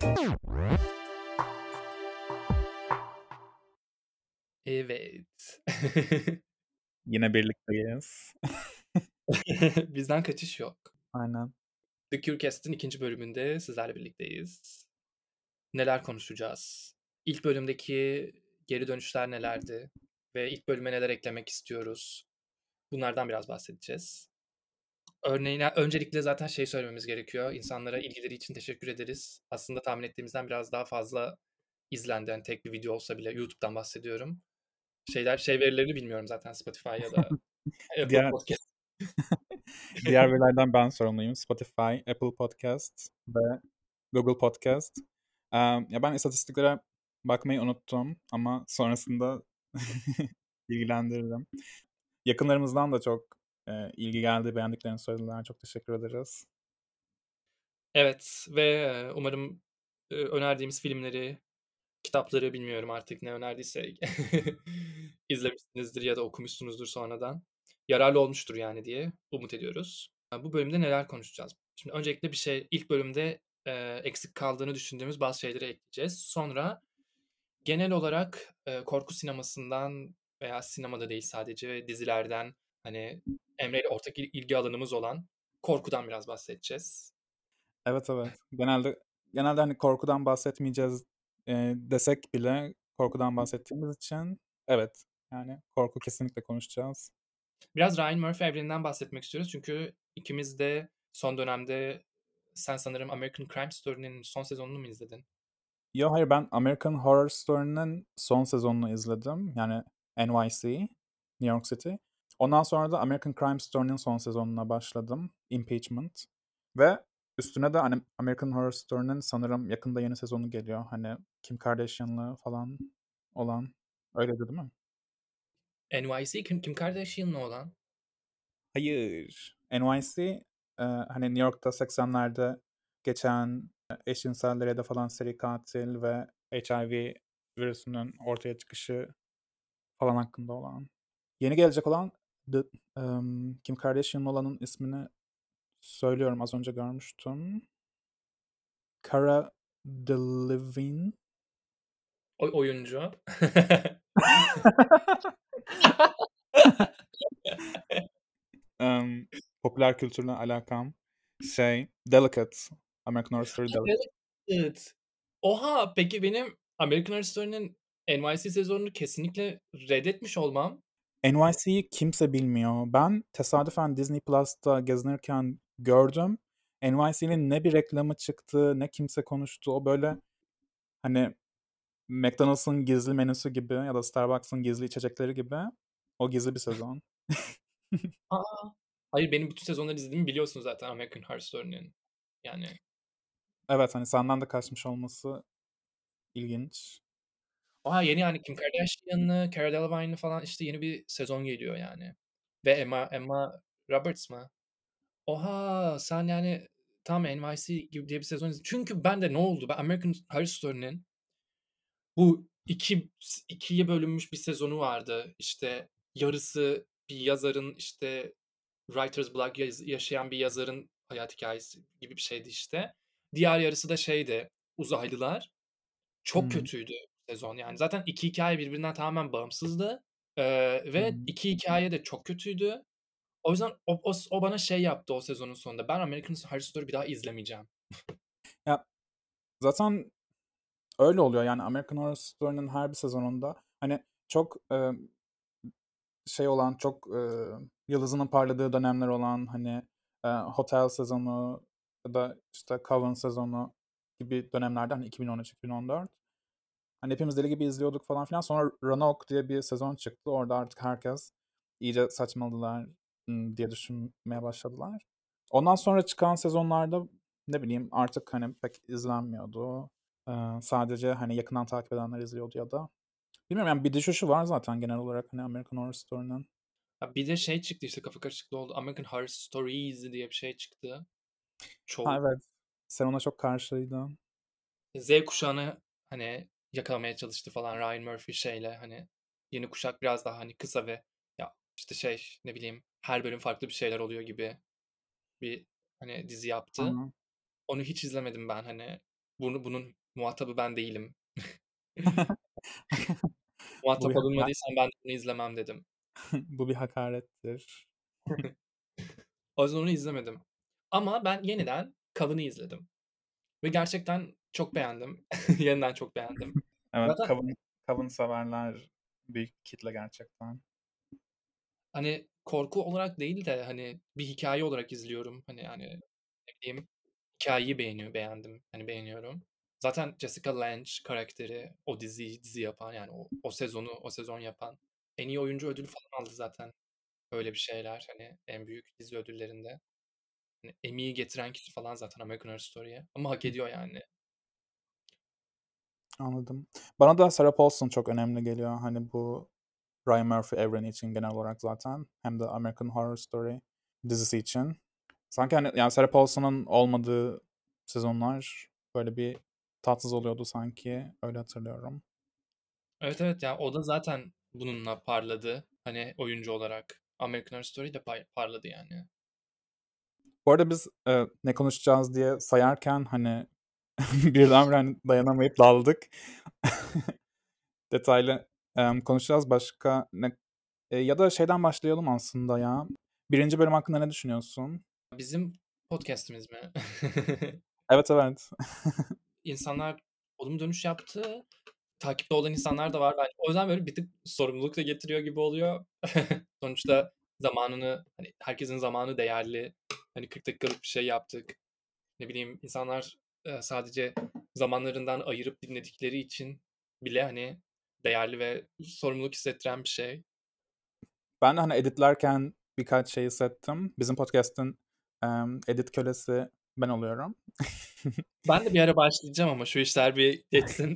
Evet. Yine birlikteyiz. Bizden kaçış yok. Aynen. The Curecast'in 2. bölümünde sizlerle birlikteyiz. Neler konuşacağız? İlk bölümdeki geri dönüşler nelerdi? Ve ilk bölüme neler eklemek istiyoruz? Bunlardan biraz bahsedeceğiz. Örneğin öncelikle zaten şey söylememiz gerekiyor. İnsanlara ilgileri için teşekkür ederiz. Aslında tahmin ettiğimizden biraz daha fazla izlendi. Yani tek bir video olsa bile YouTube'dan bahsediyorum. Şey verilerini bilmiyorum zaten Spotify ya da Apple Diğer Podcast. diğer verilerden ben sorumluyum. Spotify, Apple Podcast ve Google Podcast. Ya ben istatistiklere bakmayı unuttum ama sonrasında bilgilendiririm. Yakınlarımızdan da çok ilgi geldi, beğendiklerini söylediler. Çok teşekkür ederiz. Evet ve umarım önerdiğimiz filmleri, kitapları bilmiyorum artık ne önerdiysek izlemişsinizdir ya da okumuşsunuzdur sonradan. Yararlı olmuştur yani diye umut ediyoruz. Bu bölümde neler konuşacağız? Şimdi öncelikle ilk bölümde eksik kaldığını düşündüğümüz bazı şeyleri ekleyeceğiz. Sonra genel olarak korku sinemasından veya sinemada değil sadece dizilerden hani Emre ile ortak ilgi alanımız olan korkudan biraz bahsedeceğiz. Evet, evet. Genelde hani korkudan bahsetmeyeceğiz desek bile korkudan bahsettiğimiz için evet, yani korku kesinlikle konuşacağız. Biraz Ryan Murphy evreninden bahsetmek istiyoruz çünkü ikimiz de son dönemde sen sanırım American Crime Story'nin son sezonunu mu izledin? Yo, hayır, ben American Horror Story'nin son sezonunu izledim. Yani NYC, New York City. Ondan sonra da American Crime Story'nin son sezonuna başladım. Impeachment. Ve üstüne de hani American Horror Story'nin sanırım yakında yeni sezonu geliyor. Hani Kim Kardashian'lı falan olan. Öyle değil mi? NYC Kim Kardashian'la olan. Hayır. NYC hani New York'ta 80'lerde geçen eşcinsellere falan seri katil ve HIV virüsünün ortaya çıkışı falan hakkında olan. Yeni gelecek olan The, Kim Kardashian olanın ismini söylüyorum, az önce görmüştüm. Cara Delevingne. Oyuncu. Em, Popüler kültürle alakam. Delicate. American Horror Story Delicate. Evet. Oha! Peki benim American Horror Story'nin NYC sezonunu kesinlikle reddetmiş olmam. NYC'yi kimse bilmiyor. Ben tesadüfen Disney Plus'ta gezinirken gördüm. NYC'nin ne bir reklamı çıktı, ne kimse konuştu. O böyle hani McDonald's'ın gizli menüsü gibi ya da Starbucks'ın gizli içecekleri gibi. O gizli bir sezon. Aa! Hayır benim bütün sezonları izlediğimi biliyorsun zaten American Horror Story'nin. Yani Evet, hani senden de kaçmış olması ilginç. oha yeni yani Kim Kardashian'lı, Cara Delevingne'lı falan işte yeni bir sezon geliyor yani. Ve Emma Roberts mı? Oha sen yani tam NYC gibi diye bir sezon izledin. Çünkü ben de ne oldu? Ben American Horror Story'nin bu ikiye bölünmüş bir sezonu vardı. İşte yarısı bir yazarın işte writer's block yaşayan bir yazarın hayat hikayesi gibi bir şeydi işte. Diğer yarısı da şeydi uzaylılar. Hı Çok hı. kötüydü sezon yani. Zaten iki hikaye birbirinden tamamen bağımsızdı. Hı Ve hı. iki hikaye de çok kötüydü. O yüzden o bana şey yaptı o sezonun sonunda. Ben American Horror Story bir daha izlemeyeceğim. Ya zaten öyle oluyor yani American Horror Story'nin her bir sezonunda hani çok olan çok yıldızının parladığı dönemler olan hani Hotel sezonu ya da işte Coven sezonu gibi dönemlerde hani 2013-2014 hani hepimiz deli gibi izliyorduk falan filan. Sonra Roanoke diye bir sezon çıktı. Orada artık herkes iyice saçmaladılar diye düşünmeye başladılar. Ondan sonra çıkan sezonlarda ne bileyim artık hani pek izlenmiyordu. Sadece hani yakından takip edenler izliyordu ya da bilmiyorum yani bir düşüşü var zaten genel olarak hani American Horror Story'nin. Ha, bir de şey çıktı işte kafa karışıklığı oldu. American Horror Stories diye bir şey çıktı. Ha, Çoğul. evet. Sen ona çok karşıydın. Z kuşağını hani yakalamaya çalıştı falan Ryan Murphy şeyle hani yeni kuşak biraz daha hani kısa ve ya işte şey ne bileyim her bölüm farklı bir şeyler oluyor gibi bir hani dizi yaptı. Aha. Onu hiç izlemedim ben hani bunun muhatabı ben değilim. Bu Muhatap bir haka alınmadıysam ben bunu izlemem dedim. bu bir hakarettir. O yüzden onu izlemedim. Ama ben yeniden Coven'ı izledim ve gerçekten çok beğendim. Yeniden çok beğendim. Evet, Zaten, Coven severler büyük kitle gerçekten. hani, korku olarak değil de, hani, bir hikâye olarak izliyorum. Hani, ne bileyim, hikâyeyi beğendim, hani, beğeniyorum. Zaten Jessica Lange karakteri o dizi yapan, yani, o sezon yapan en iyi oyuncu ödülü falan aldı zaten. Öyle bir şeyler, hani, en büyük dizi ödüllerinde. Hani, Emmy'yi getiren kişi falan zaten American Horror Story'ye ama hak ediyor yani. Anladım. Bana da Sarah Paulson çok önemli geliyor. Hani bu Ryan Murphy evreni için genel olarak zaten. Hem de American Horror Story dizisi için. Sanki hani yani Sarah Paulson'un olmadığı sezonlar böyle bir tatsız oluyordu sanki. Öyle hatırlıyorum. Evet, evet, ya, o da zaten bununla parladı, hani, oyuncu olarak. American Horror Story de parladı yani. Bu arada biz ne konuşacağız diye sayarken hani birdenbire hani dayanamayıp daldık. Detaylı konuşacağız. Başka ne? Ya da şeyden başlayalım aslında ya. Birinci bölüm hakkında ne düşünüyorsun? Bizim podcast'imiz mi? Evet, evet. İnsanlar olumlu dönüş yaptı. Takipte olan insanlar da var bence. O yüzden böyle bir tık sorumluluk da getiriyor gibi oluyor. Sonuçta zamanını, hani, herkesin zamanı değerli. Hani, 40 dakikalık bir şey yaptık. Ne bileyim, insanlar, sadece zamanlarından ayırıp dinledikleri için bile, hani, değerli ve sorumluluk hissettiren bir şey. Ben de hani editlerken birkaç şey hissettim. Bizim podcast'ın edit kölesi ben oluyorum. Ben de bir ara başlayacağım ama şu işler bir geçsin.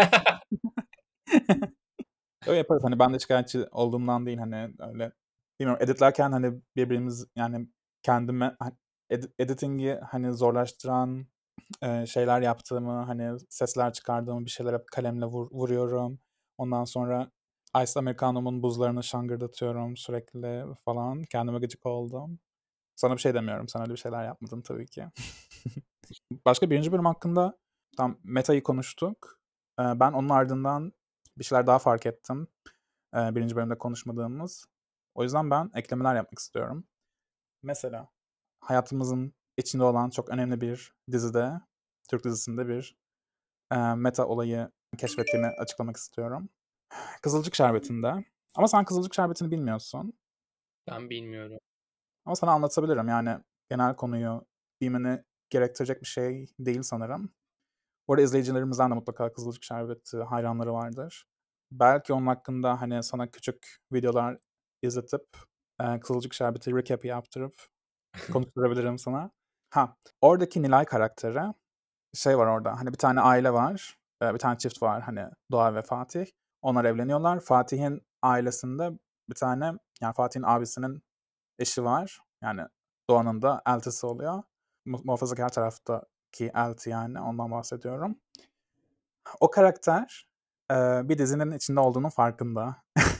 Öyle yaparız. Hani ben de şikayetçi olduğumdan değil hani öyle. Bilmiyorum editlerken hani birbirimiz yani kendime editing'i hani zorlaştıran şeyler yaptığımı hani sesler çıkardığımı bir şeyler hep kalemle vuruyorum. Ondan sonra Ice Americano'mun buzlarını şangırdatıyorum sürekli falan. Kendime gıcık oldum. Sana bir şey demiyorum. Sen öyle bir şeyler yapmadın tabii ki. Başka birinci bölüm hakkında tam metayı konuştuk. Ben onun ardından bir şeyler daha fark ettim. Birinci bölümde konuşmadığımız. O yüzden ben eklemeler yapmak istiyorum. Mesela hayatımızın içinde olan çok önemli bir dizide, Türk dizisinde bir meta olayı keşfettiğimi açıklamak istiyorum. Kızılcık Şerbeti'nde. Ama sen Kızılcık Şerbeti'ni bilmiyorsun. Ben bilmiyorum. Ama sana anlatabilirim. Yani genel konuyu bilmeni gerektirecek bir şey değil sanırım. Bu arada izleyicilerimizden de mutlaka Kızılcık Şerbeti hayranları vardır. Belki onun hakkında hani sana küçük videolar izletip Kızılcık Şerbeti recap yaptırıp konuşturabilirim sana. Ha, oradaki Nilay karakteri şey var orada. Hani bir tane aile var. Bir tane çift var hani Doğa ve Fatih. Onlar evleniyorlar. Fatih'in ailesinde bir tane yani Fatih'in abisinin eşi var. Yani Doğan'ın da eltisi oluyor. Muhafazakar taraftaki elti yani ondan bahsediyorum. O karakter bir dizinin içinde olduğunun farkında.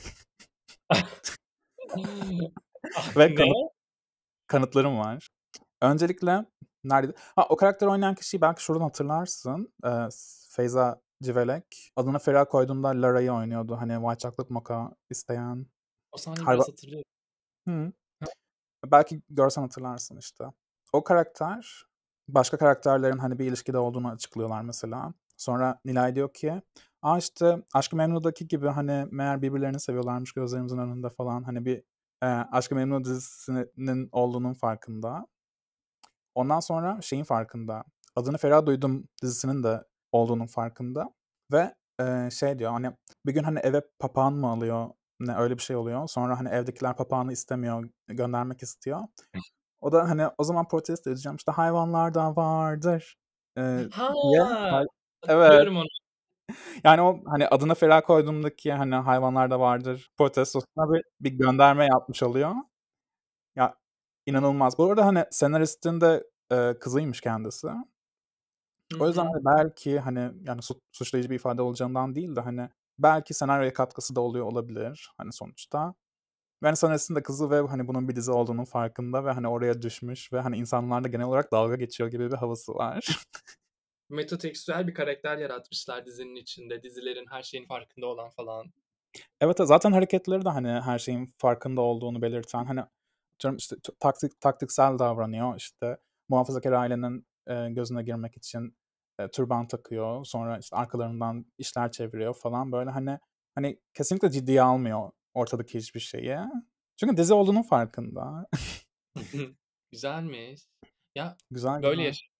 Ah, Ve ne? kanıtlarım var. Öncelikle neredeydi? Ha, o karakteri oynayan kişiyi belki şuradan hatırlarsın. Feyza Civelek. Adını Feriha koyduğunda Lara'yı oynuyordu. Hani White Chocolate Mocha isteyen. O sahneyi Hayva... biraz hatırlıyorum. Hı. Belki görsen hatırlarsın işte. O karakter başka karakterlerin hani bir ilişkide olduğunu açıklıyorlar mesela. Sonra Nilay diyor ki işte Aşk-ı Memnu'daki gibi hani meğer birbirlerini seviyorlarmış gözlerimizin önünde falan. Hani bir Aşk-ı Memnu dizisinin olduğunun farkında. Ondan sonra şeyin farkında. Adını Ferah Duydum dizisinin de olduğunun farkında. Ve şey diyor hani bir gün hani eve papağan mı alıyor? Ne öyle bir şey oluyor. Sonra hani evdekiler papağanı istemiyor, göndermek istiyor. O da hani o zaman protesto edeceğim. İşte hayvanlar da vardır diye. Ha! Evet. Hatırlıyorum onu. Yani o hani adına Ferah koyduğumdaki hani hayvanlar da vardır protestosuna bir gönderme yapmış oluyor. Ya inanılmaz. Bu arada hani senaristin de kızıymış kendisi. Hı O yüzden hı. hani belki hani yani suçlayıcı bir ifade olacağından değil de hani belki senaryoya katkısı da oluyor olabilir hani sonuçta. Ve hani senaristin de kızı ve hani bunun bir dizi olduğunun farkında ve hani oraya düşmüş ve hani insanlarla genel olarak dalga geçiyor gibi bir havası var. metatekstüel bir karakter yaratmışlar dizinin içinde. Dizilerin her şeyin farkında olan falan. Evet, zaten hareketleri de, hani, her şeyin farkında olduğunu belirten, hani, atıyorum, işte, taktiksel davranıyor, işte, muhafazakâr ailenin, gözüne girmek için, türban takıyor, sonra, işte, arkalarından işler çeviriyor falan, böyle, hani, kesinlikle ciddiye almıyor ortadaki hiçbir şeyi. Çünkü dizi olduğunun farkında. Güzelmiş. Ya, Güzel, böyle güzel. yaş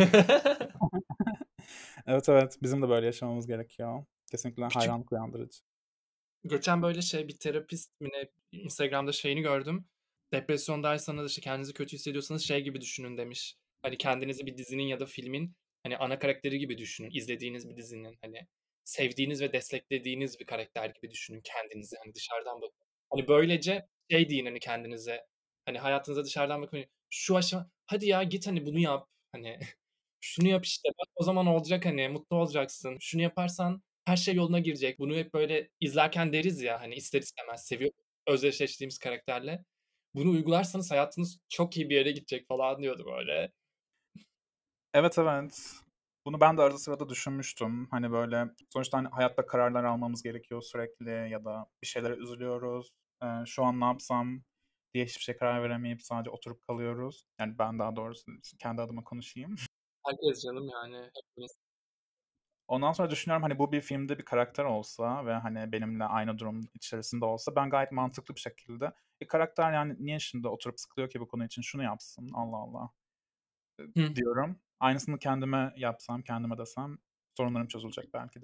Evet, evet, bizim de böyle yaşamamız gerekiyor. Kesinlikle Küçük hayranlık uyandırıcı. geçen böyle bir terapist mi ne Instagram'da şeyini gördüm. Depresyondaysanız, işte, kendinizi kötü hissediyorsanız şey gibi düşünün demiş. Hani, kendinizi bir dizinin ya da filmin, hani, ana karakteri gibi düşünün. İzlediğiniz bir dizinin, hani, sevdiğiniz ve desteklediğiniz bir karakter gibi düşünün kendinizi, hani, dışarıdan bakın. Hani, böylece şey deyin, hani, kendinize, hani, hayatınıza dışarıdan bakın, hani, şu aşama "Hadi ya, git, hani, bunu yap." Hani, "Şunu yap, işte, bak o zaman olacak, hani, mutlu olacaksın. Şunu yaparsan her şey yoluna girecek." Bunu hep böyle izlerken deriz ya, hani, ister istemez özdeşleştiğimiz karakterle. Bunu uygularsanız hayatınız çok iyi bir yere gidecek falan diyordu böyle. Evet, evet. Bunu ben de arada sırada düşünmüştüm. Hani, böyle, sonuçta, hani, hayatta kararlar almamız gerekiyor sürekli ya da bir şeylere üzülüyoruz. Şu an ne yapsam diye hiçbir şeye karar veremeyip sadece oturup kalıyoruz. Yani, ben daha doğrusu kendi adıma konuşayım. Herkes canım yani hepimiz. Ondan sonra düşünüyorum, hani, bu bir filmde bir karakter olsa ve, hani, benimle aynı durum içerisinde olsa ben gayet mantıklı bir şekilde, karakter, yani, niye şimdi oturup sıkılıyor ki bu konu için, şunu yapsın, Allah Allah, Hı, diyorum. Aynısını kendime yapsam, kendime desem sorunlarım çözülecek belki de.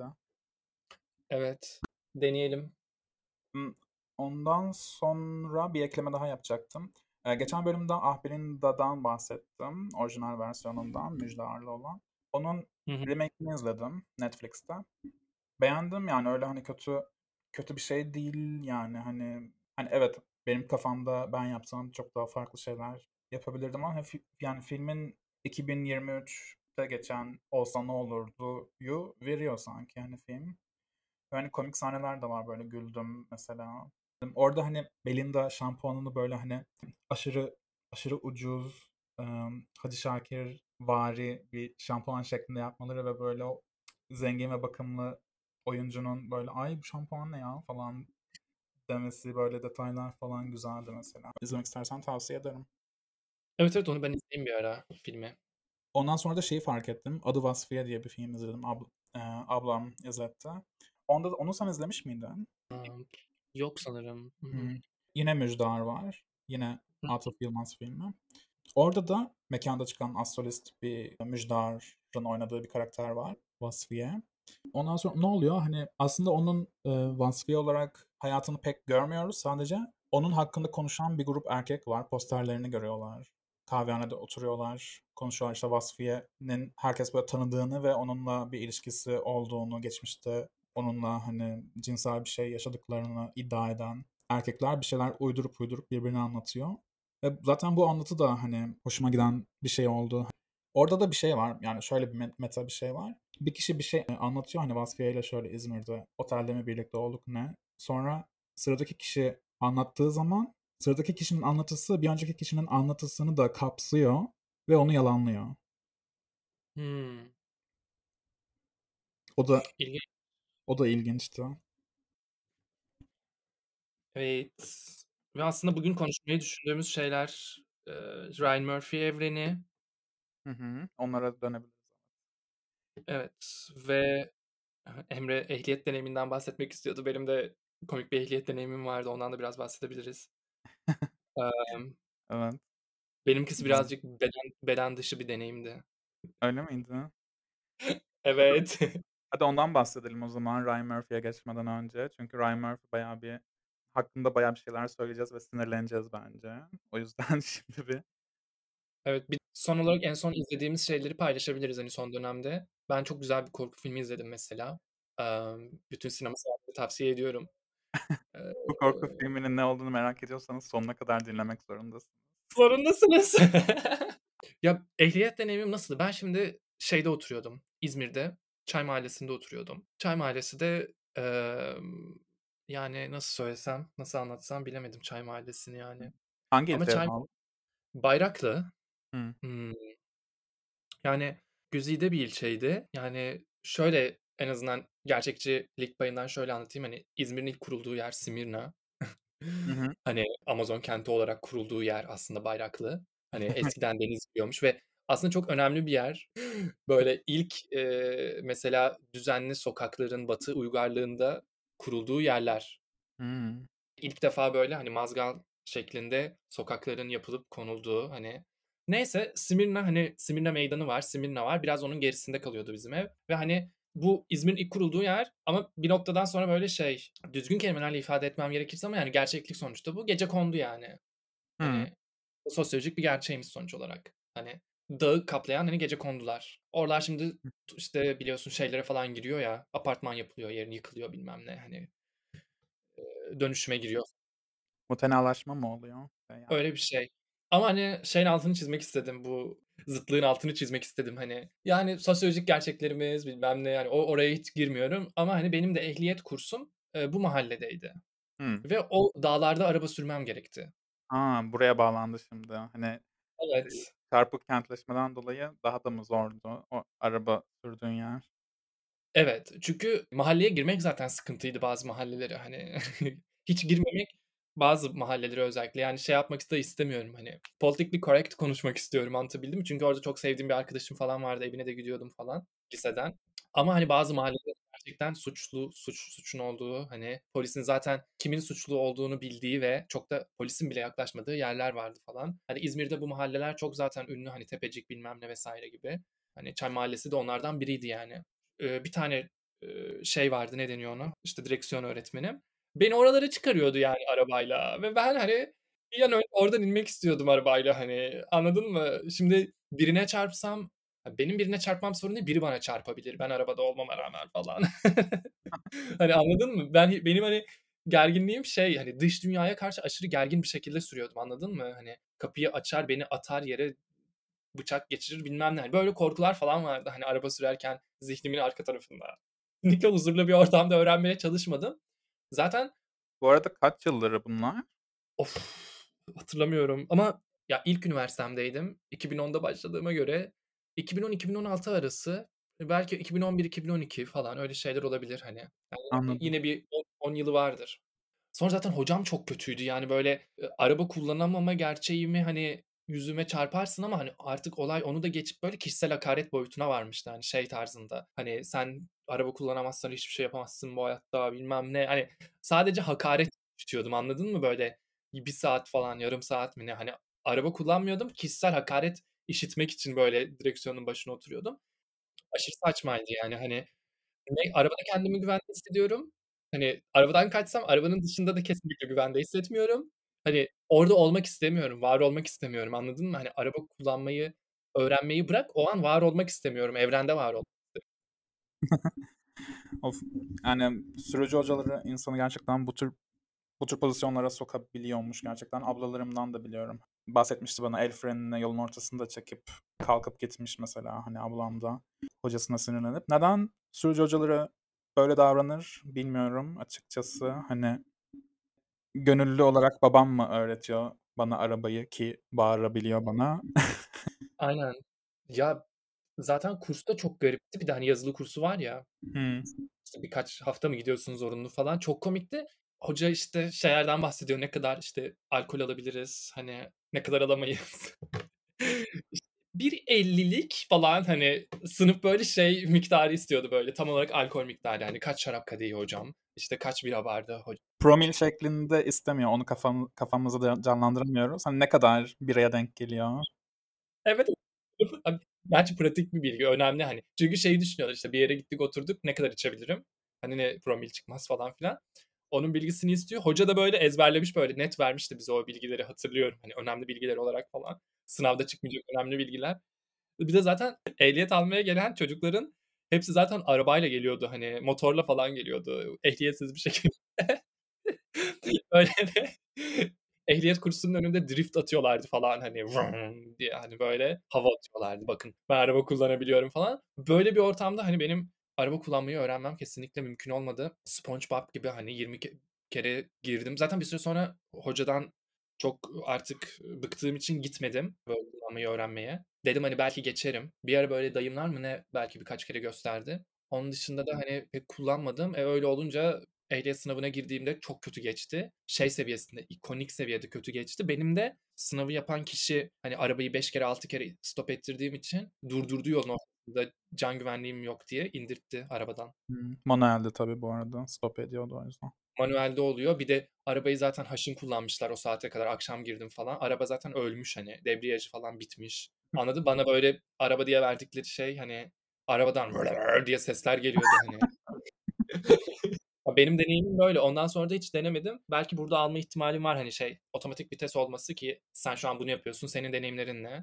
evet. Deneyelim. Imm, ondan sonra bir ekleme daha yapacaktım. Geçen bölümde Ah Belinda'dan bahsettim, orijinal versiyonundan, Müjde Arlı olan. Onun Hı hı. remake'ini izledim Netflix'te. Beğendim, yani, öyle, hani, kötü bir şey değil, yani, hani, evet, benim kafamda ben yapsam çok daha farklı şeyler yapabilirdim ama yani, filmin 2023'te geçen Olsa Ne Olurdu'yu veriyor sanki, hani, film. Hani, komik sahneler de var, böyle güldüm mesela. Orada, hani, Belinda şampuanını, böyle, hani, aşırı aşırı ucuz, Hacı Şakirvari bir şampuan şeklinde yapmaları ve böyle o zengin ve bakımlı oyuncunun böyle "Ay, bu şampuan ne ya?" falan demesi, böyle detaylar falan güzeldi mesela. İzlemek istersen tavsiye ederim. Evet, evet, onu ben izleyeyim bir ara filmi. Ondan sonra da şeyi fark ettim. Adı Vasfiye diye bir film izledim. Ablam izletti. Onu sen izlemiş miydin? Amm, yok sanırım. Hı hı. Hımm. Yine Müjdar var. Yine Hı. Atıf Yılmaz filmi. Orada da mekânda çıkan astrolist bir Müjdar'ın oynadığı bir karakter var, Vasfiye. Ondan sonra ne oluyor? Hani, aslında onun, Vasfiye olarak hayatını pek görmüyoruz. Sadece onun hakkında konuşan bir grup erkek var. Posterlerini görüyorlar. Kahvehanede oturuyorlar, konuşuyorlar. İşte Vasfiye'nin herkes böyle tanıdığını ve onunla bir ilişkisi olduğunu, geçmişte onunla, hani, cinsel bir şey yaşadıklarını iddia eden erkekler bir şeyler uydurup birbirine anlatıyor. Ve zaten bu anlatı da, hani, hoşuma giden bir şey oldu. Orada da bir şey var, yani, şöyle bir meta bir şey var. Bir kişi bir şey, anlatıyor, hani, Vasfiye'yle şöyle İzmir'de otelde mi birlikte olduk ne? Sonra sıradaki kişi anlattığı zaman sıradaki kişinin anlatısı bir önceki kişinin anlatısını da kapsıyor ve onu yalanlıyor. Hımm. O da İlginç. o da ilginçti. Evet ve aslında bugün konuşmayı düşündüğümüz şeyler, Ryan Murphy evreni, Hı hı. Onlara dönebiliriz. evet ve Emre ehliyet deneyiminden bahsetmek istiyordu. Benim de komik bir ehliyet deneyimim vardı. Ondan da biraz bahsedebiliriz. Emm, Evet, benimkisi güzel. birazcık beden dışı bir deneyimdi. Öyle miydi? Hadi Evet. hadi ondan bahsedelim o zaman Ryan Murphy'ye geçmeden önce. Çünkü Ryan Murphy hakkında bayağı bir şeyler söyleyeceğiz ve sinirleneceğiz bence. O yüzden şimdi bir Evet, son olarak en son izlediğimiz şeyleri paylaşabiliriz, hani, son dönemde. Ben çok güzel bir korku filmi izledim mesela. Bütün sinema severlere tavsiye ediyorum. Eee, bu korku filminin ne olduğunu merak ediyorsanız sonuna kadar dinlemek zorundasınız. zorundasınız. Ya, ehliyet deneyimim nasıldı? Ben şimdi şeyde oturuyordum, İzmir'de, Çay Mahallesi'nde oturuyordum. Çay Mahallesi de, yani, nasıl söylesem, nasıl anlatsam bilemedim Çay Mahallesi'ni yani. Hangi Ama ilçeye bağlı? Bayraklı. Hıı. Hımm, yani Güzide bir ilçeydi. Yani, şöyle, en azından gerçekçilik payından şöyle anlatayım, hani, İzmir'in ilk kurulduğu yer Simirna. Hı hı. Hani, Amazon kenti olarak kurulduğu yer aslında Bayraklı. Hani, eskiden deniz gidiyormuş ve aslında çok önemli bir yer. Böyle ilk, mesela düzenli sokakların Batı uygarlığında kurulduğu yerler. Hımm. İlk defa böyle, hani, mazgal şeklinde sokakların yapılıp konulduğu, hani. Neyse, Simirna, hani, Simirna Meydanı var, Simirna var. Biraz onun gerisinde kalıyordu bizim ev ve, hani, bu İzmir'in ilk kurulduğu yer ama bir noktadan sonra böyle şey, düzgün kelimelerle ifade etmem gerekirse ama yani gerçeklik sonuçta bu. Gecekondu yani. Hıı. Hani, sosyolojik bir gerçeğimiz sonuç olarak. Hani, dağı kaplayan, hani, gecekondular. Oralar şimdi işte, biliyorsun şeylere falan giriyor ya, apartman yapılıyor, yerine yıkılıyor bilmem ne, hani, dönüşüme giriyor. Bu tenalaşma mı oluyor? Yani. Öyle bir şey. Ama, hani, şeyin altını çizmek istedim, bu zıtlığın altını çizmek istedim, hani. Yani, sosyolojik gerçeklerimiz, bilmem ne, yani, oraya hiç girmiyorum ama, hani, benim de ehliyet kursum, bu mahalledeydi Hımm. ve o dağlarda araba sürmem gerekti. A, buraya bağlandı şimdi. Hani, Evet. çarpık kentleşmeden dolayı daha da mı zordu o araba sürdüğün yer? Evet, çünkü mahalleye girmek zaten sıkıntıydı bazı mahallelere, hani, hiç girmemek bazı mahalleleri özellikle, yani, şey yapmak da istemiyorum, hani, politically correct konuşmak istiyorum, anlatabildim mi? Çünkü orada çok sevdiğim bir arkadaşım falan vardı, evine de gidiyordum falan liseden. Ama, hani, bazı mahalleler gerçekten suçun olduğu, hani, polisin zaten kimin suçlu olduğunu bildiği ve çok da polisin bile yaklaşmadığı yerler vardı falan. Hani, İzmir'de bu mahalleler çok zaten ünlü, hani, Tepecik bilmem ne vs. gibi. Hani, Çay Mahallesi de onlardan biriydi yani. Bir tane, şey vardı, ne deniyor ona? İşte, direksiyon öğretmeni. Beni oralara çıkarıyordu yani arabayla ve ben, hani, bir an önce oradan inmek istiyordum arabayla, hani, anladın mı? Şimdi birine çarpsam, benim birine çarpmam sorun değil, biri bana çarpabilir ben arabada olmama rağmen falan. Hani, anladın mı? Benim, hani, gerginliğim şey, hani, dış dünyaya karşı aşırı gergin bir şekilde sürüyordum, anladın mı? Hani, kapıyı açar, beni atar yere, bıçak geçirir bilmem ne. Hani, böyle korkular falan vardı, hani, araba sürerken zihnimin arka tarafında. Kesinlikle huzurlu bir ortamda öğrenmeye çalışmadım. Zaten Bu arada kaç yılları bunlar? of, hatırlamıyorum ama ya, ilk üniversitemdeydim. 2010'da başladığıma göre 2010-2016 arası, belki 2011-2012 falan öyle şeyler olabilir, hani. Yani, Anladım. yine bir 10 yılı vardır. Sonra zaten hocam çok kötüydü. Yani, böyle, araba kullanamama gerçeğimi, hani, yüzüme çarparsın ama, hani, artık olay onu da geçip, böyle, kişisel hakaret boyutuna varmıştı. Hani, şey tarzında, hani, "Sen araba kullanamazsan hiçbir şey yapamazsın bu hayatta." bilmem ne. Hani, sadece hakaret işitiyordum, anladın mı? Böyle, 1 saat falan, yarım saat mi ne? Hani, araba kullanmıyordum, kişisel hakaret işitmek için, böyle, direksiyonun başına oturuyordum. Aşırı saçmaydı yani, hani. Arabada kendimi güvende hissediyorum. Hani, arabadan kaçsam arabanın dışında da kesinlikle güvende hissetmiyorum. Hani, orada olmak istemiyorum, var olmak istemiyorum, anladın mı? Hani, araba kullanmayı öğrenmeyi bırak, o an var olmak istemiyorum, evrende var olmak istiyorum. Of! Yani, sürücü hocaları insanı gerçekten bu tür pozisyonlara sokabiliyormuş gerçekten. Ablalarımdan da biliyorum. Bahsetmişti bana el frenini yolun ortasında çekip kalkıp gitmiş mesela, hani, ablam da hocasına sinirlenip. Neden sürücü hocaları böyle davranır bilmiyorum açıkçası. Hani, gönüllü olarak babam mı öğretiyor bana arabayı ki bağırabiliyor bana? Aynen. Ya, zaten kurs da çok garipti. Bir de, hani, yazılı kursu var ya, Hıı. işte, birkaç hafta mı gidiyorsun zorunlu falan, çok komikti. Hoca, işte, şeylerden bahsediyor, ne kadar, işte, alkol alabiliriz, hani, ne kadar alamayız. İşte 1,50'lik falan, hani, sınıf böyle şey miktarı istiyordu böyle, tam olarak alkol miktarı, hani, kaç şarap kadehi hocam, işte, kaç bira bardağı Promil şeklinde istemiyor. Onu kafamızda da canlandıramıyoruz. Hani, ne kadar biraya denk geliyor? Evet. Gerçi pratik bir bilgi, önemli, hani. Çünkü şeyi düşünüyorlar, işte, bir yere gittik, oturduk, ne kadar içebilirim? Hani, ne promil çıkmaz falan filan. Onun bilgisini istiyor. Hoca da böyle ezberlemiş, böyle net vermişti bize o bilgileri, hatırlıyorum, hani, önemli bilgiler olarak falan. Sınavda çıkmayacak önemli bilgiler. Bir de zaten ehliyet almaya gelen çocukların hepsi zaten arabayla geliyordu, hani, motorla falan geliyordu ehliyetsiz bir şekilde. Öyle de ehliyet kursunun önünde drift atıyorlardı falan, hani, "Vın!" diye, hani, böyle hava atıyorlardı, "Bakın, ben araba kullanabiliyorum." falan. Böyle bir ortamda, hani, benim araba kullanmayı öğrenmem kesinlikle mümkün olmadı. SpongeBob gibi, hani, 20 kere girdim. Zaten bir süre sonra hocadan çok artık bıktığım için gitmedim böyle kullanmayı öğrenmeye. Dedim, hani, belki geçerim. Bir ara böyle dayımlar mı ne belki birkaç kere gösterdi. Onun dışında da, hani, pek kullanmadım. Öyle olunca ehliyet sınavına girdiğimde çok kötü geçti. Şey seviyesinde, ikonik seviyede kötü geçti. Benim de sınavı yapan kişi, hani, arabayı 5 kere 6 kere stop ettirdiğim için durdurdu yolun ortasında can güvenliğim yok diye indirtti arabadan. Manuel'di tabii bu arada. Stop ediyordu o yüzden. Manuelde oluyor. Bir de arabayı zaten haşin kullanmışlar o saate kadar. Akşam girdim falan. Araba zaten ölmüş hani. Debriyajı falan bitmiş. Anladın? Bana böyle araba diye verdikleri şey hani arabadan diye sesler geliyordu hani. Benim deneyimim böyle. Ondan sonra da hiç denemedim. Belki burada alma ihtimalim var hani şey otomatik vites olması ki sen şu an bunu yapıyorsun. Senin deneyimlerin ne?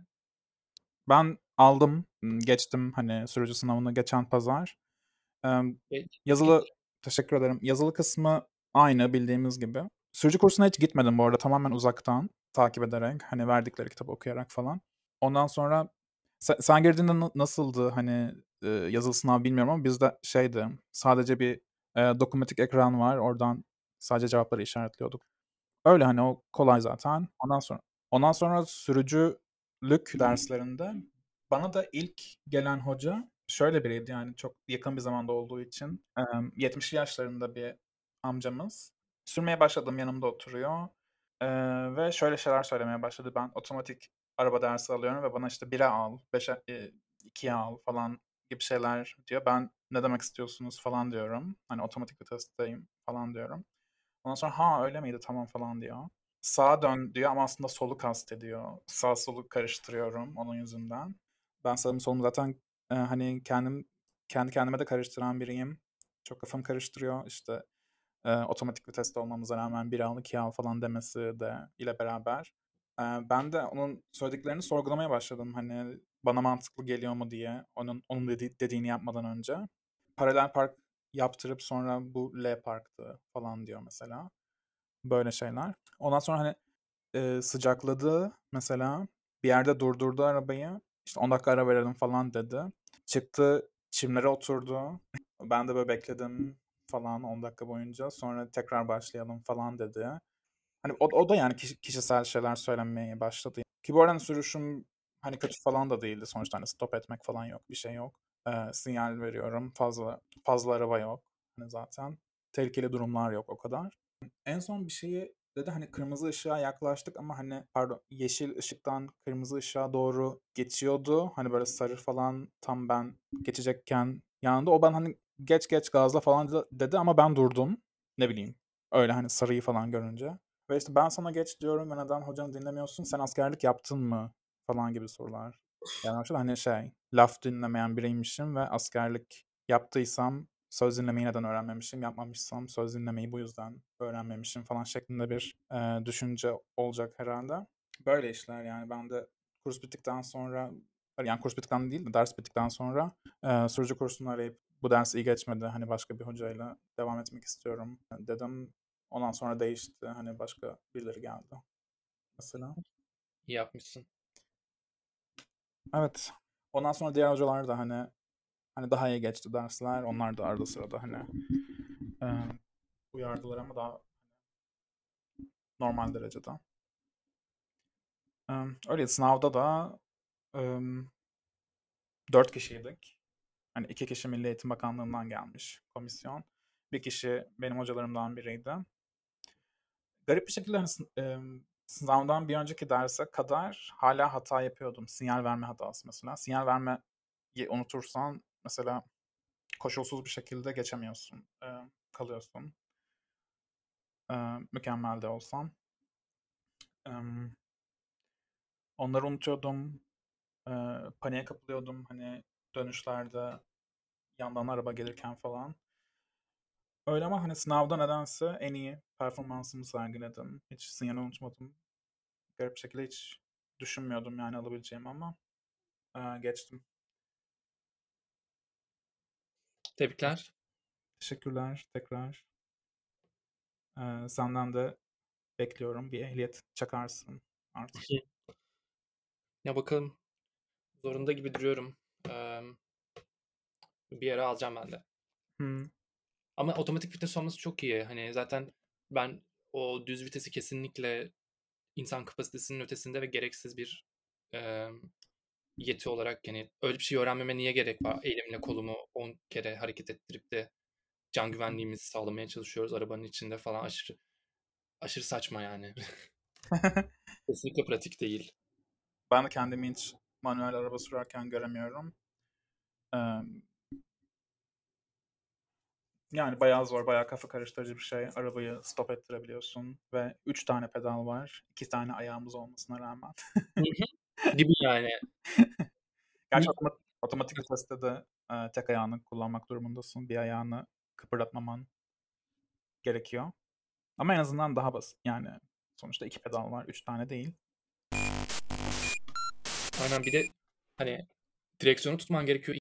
Ben aldım, geçtim, hani, sürücü sınavını geçen pazar. Emm, Tebrik ederim. yazılı Teşekkür ederim. Yazılı kısmı aynı bildiğimiz gibi. Sürücü kursuna hiç gitmedim bu arada. Tamamen uzaktan takip ederek, hani, verdikleri kitabı okuyarak falan. Ondan sonra sen girdiğinde nasıldı? Hani, yazılı sınav bilmiyorum ama bizde şeydi, sadece bir, dokunmatik ekran var. Oradan sadece cevapları işaretliyorduk. Öyle, hani, o kolay zaten. Ondan sonra sürücülük derslerinde bana da ilk gelen hoca şöyle biriydi, yani, çok yakın bir zamanda olduğu için, 70'li yaşlarında bir amcamız. Sürmeye başladım, yanımda oturuyor, ve şöyle şeyler söylemeye başladı. Ben otomatik araba dersi alıyorum ve bana, işte, 1'e al, 5'e 2'ye al falan gibi şeyler diyor. Ben, "Ne demek istiyorsunuz?" falan diyorum. Hani, "Otomatik vitesteyim." falan diyorum. Ondan sonra, "Ha, öyle miydi? Tamam." falan diyor. "Sağa dön." diyor ama aslında solu kastediyor. Sağ solu karıştırıyorum onun yüzünden. Ben sağımı solumu zaten, hani, kendi kendime de karıştıran biriyim. Çok kafamı karıştırıyor. İşte, otomatik viteste olmamıza rağmen 1 al, 2 al falan demesi de ile beraber, ben de onun söylediklerini sorgulamaya başladım. Hani, bana mantıklı geliyor mu diye onun dediğini yapmadan önce. Paralel park yaptırıp sonra bu L parktı falan diyor mesela. Böyle şeyler. Ondan sonra, hani, sıcakladı mesela. Bir yerde durdurdu arabayı. İşte, 10 dakika ara verelim falan dedi. Çıktı, çimlere oturdu. Ben de böyle bekledim falan 10 dakika boyunca. Sonra tekrar başlayalım falan dedi. Hani, o da yani kişisel şeyler söylemeye başladı. Ki bu arada, hani, sürüşüm, hani, kötü falan da değildi sonuçta, hani, stop etmek falan yok, bir şey yok. Sinyal veriyorum. Fazla araba yok, hani, zaten. Tehlikeli durumlar yok o kadar. En son bir şeyi dedi, hani, kırmızı ışığa yaklaştık ama, hani, pardon, yeşil ışıktan kırmızı ışığa doğru geçiyordu. Hani, böyle sarı falan tam ben geçecekken yanında. O bana, hani, "Geç, geç, gazla." falan dedi ama ben durdum. Ne bileyim, öyle, hani, sarıyı falan görünce. Ve işte, "Ben sana geç diyorum ve neden hocanı dinlemiyorsun? Sen askerlik yaptın mı?" falan gibi sorular gelmeye başladı. Hani, şey, laf dinlemeyen biriymişim ve askerlik yaptıysam söz dinlemeyi neden öğrenmemişim, yapmamışsam söz dinlemeyi bu yüzden öğrenmemişim falan şeklinde bir, düşünce olacak herhâlde. Böyle işler yani. Ben de kurs bittikten sonra, yani kurs bittikten değil de ders bittikten sonra, sürücü kursunu arayıp bu ders iyi geçmedi, hani, başka bir hocayla devam etmek istiyorum, dedim. Ondan sonra değişti. Hani, başka birileri geldi mesela. İyi yapmışsın. Evet. Ondan sonra diğer hocalar da, hani, daha iyi geçti dersler. Onlar da arada sırada, hani, eee, uyardılar ama daha normal derecede. Öyle sınavda da, emm, 4 kişiydik. Hani 2 kişi Milli Eğitim Bakanlığı'ndan gelmiş komisyon. Bir kişi benim hocalarımdan biriydi. Garip bir şekilde, hani, sınavdan bir önceki derse kadar hâlâ hata yapıyordum. Sinyal verme hatası mesela. Sinyal vermeyi unutursan mesela koşulsuz bir şekilde geçemiyorsun, kalıyorsun, mükemmel de olsan. Emm, onları unutuyordum, paniğe kapılıyordum, hani, dönüşlerde, yandan araba gelirken falan. Öyle ama, hani, sınavda nedense en iyi performansımı sergiledim. Hiç sinyali unutmadım. Garip bir şekilde hiç düşünmüyordum, yani, alabileceğimi ama, geçtim. Tebrikler. Teşekkürler tekrar. Senden de bekliyorum. Bir ehliyet çakarsın artık. Ya bakalım zorunda gibi duruyorum. Emm, bir ara alacağım ben de. Hıı. Ama otomatik vites olması çok iyi. Hani, zaten ben o düz vitesi kesinlikle insan kapasitesinin ötesinde ve gereksiz bir, emm, yeti olarak, yani, öyle bir şey öğrenmeme niye gerek var? Elimle kolumu 10 kere hareket ettirip de can güvenliğimizi sağlamaya çalışıyoruz arabanın içinde falan. Aşırı aşırı saçma yani. Kesinlikle pratik değil. Ben de kendimi hiç manuel araba sürerken göremiyorum. Emm, Yani bayağı zor, bayağı kafa karıştırıcı bir şey. Arabayı stop ettirebiliyorsun ve 3 tane pedal var. 2 tane ayağımız olmasına rağmen. Hı hı. Gibi yani. Gerçi Ni otomatik viteste de, tek ayağını kullanmak durumundasın. Bir ayağını kıpırdatmaman gerekiyor. Ama en azından daha basit. Yani sonuçta 2 pedal var, 3 tane değil. Aynen, bir de, hani, direksiyonu tutman gerekiyor.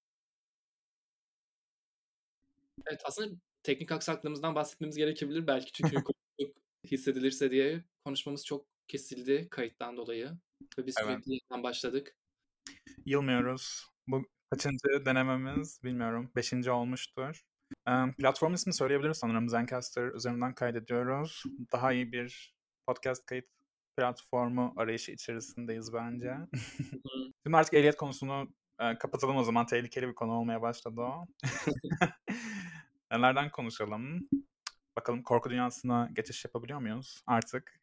Evet, aslında teknik aksaklarımızdan bahsetmemiz gerekebilir belki çünkü konuştuk hissedilirse diye. Konuşmamız çok kesildi kayıttan dolayı ve biz Evet. sürekli yeniden başladık. Yılmıyoruz. Bu kaçıncı denememiz bilmiyorum. Beşinci olmuştur. Platform ismini söyleyebiliriz sanırım. Zencastr üzerinden kaydediyoruz. Daha iyi bir podcast kayıt platformu arayışı içerisindeyiz bence. Hı hı. Şimdi artık ehliyet konusunu kapatalım o zaman. Tehlikeli bir konu olmaya başladı o. Nelerden konuşalım? Bakalım korku dünyasına geçiş yapabiliyor muyuz artık?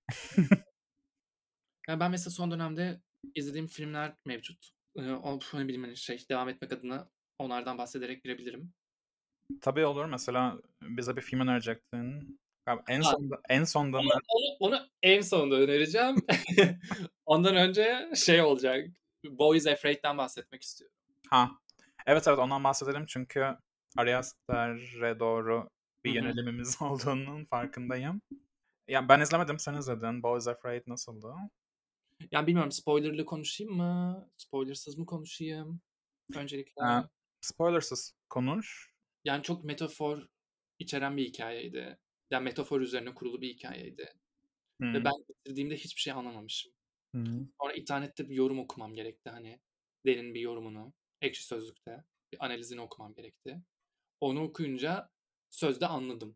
Ya, ben mesela son dönemde izlediğim filmler mevcut. O ne bileyim, hani, devam etmek adına onlardan bahsederek girebilirim. Tabii olur. Mesela bize bir film önerecektin. Galiba Ha, en sonda mı? onu en sonunda önereceğim. Ondan önce olacak, Boy is Afraid'den bahsetmek istiyorum. Ha. Evet, evet, ondan bahsedelim çünkü Ariaster'e doğru Hı bir hı. yönelimimiz olduğunun farkındayım. Ya ben izlemedim, sen izledin. Boys Afraid nasıldı? Yani, bilmiyorum, spoiler'lı konuşayım mı? Spoiler'sız mı konuşayım? Öncelikle, Ee, Spoilersız konuş. yani, çok metafor içeren bir hikâyeydi. Yani, metafor üzerine kurulu bir hikâyeydi ve Hı ben bitirdiğimde hiçbir şey anlamamışım. hı. Sonra internette bir yorum okumam gerekti, hani, derin bir yorumunu, Ekşi Sözlük'te bir analizini okumam gerekti. Onu okuyunca sözde anladım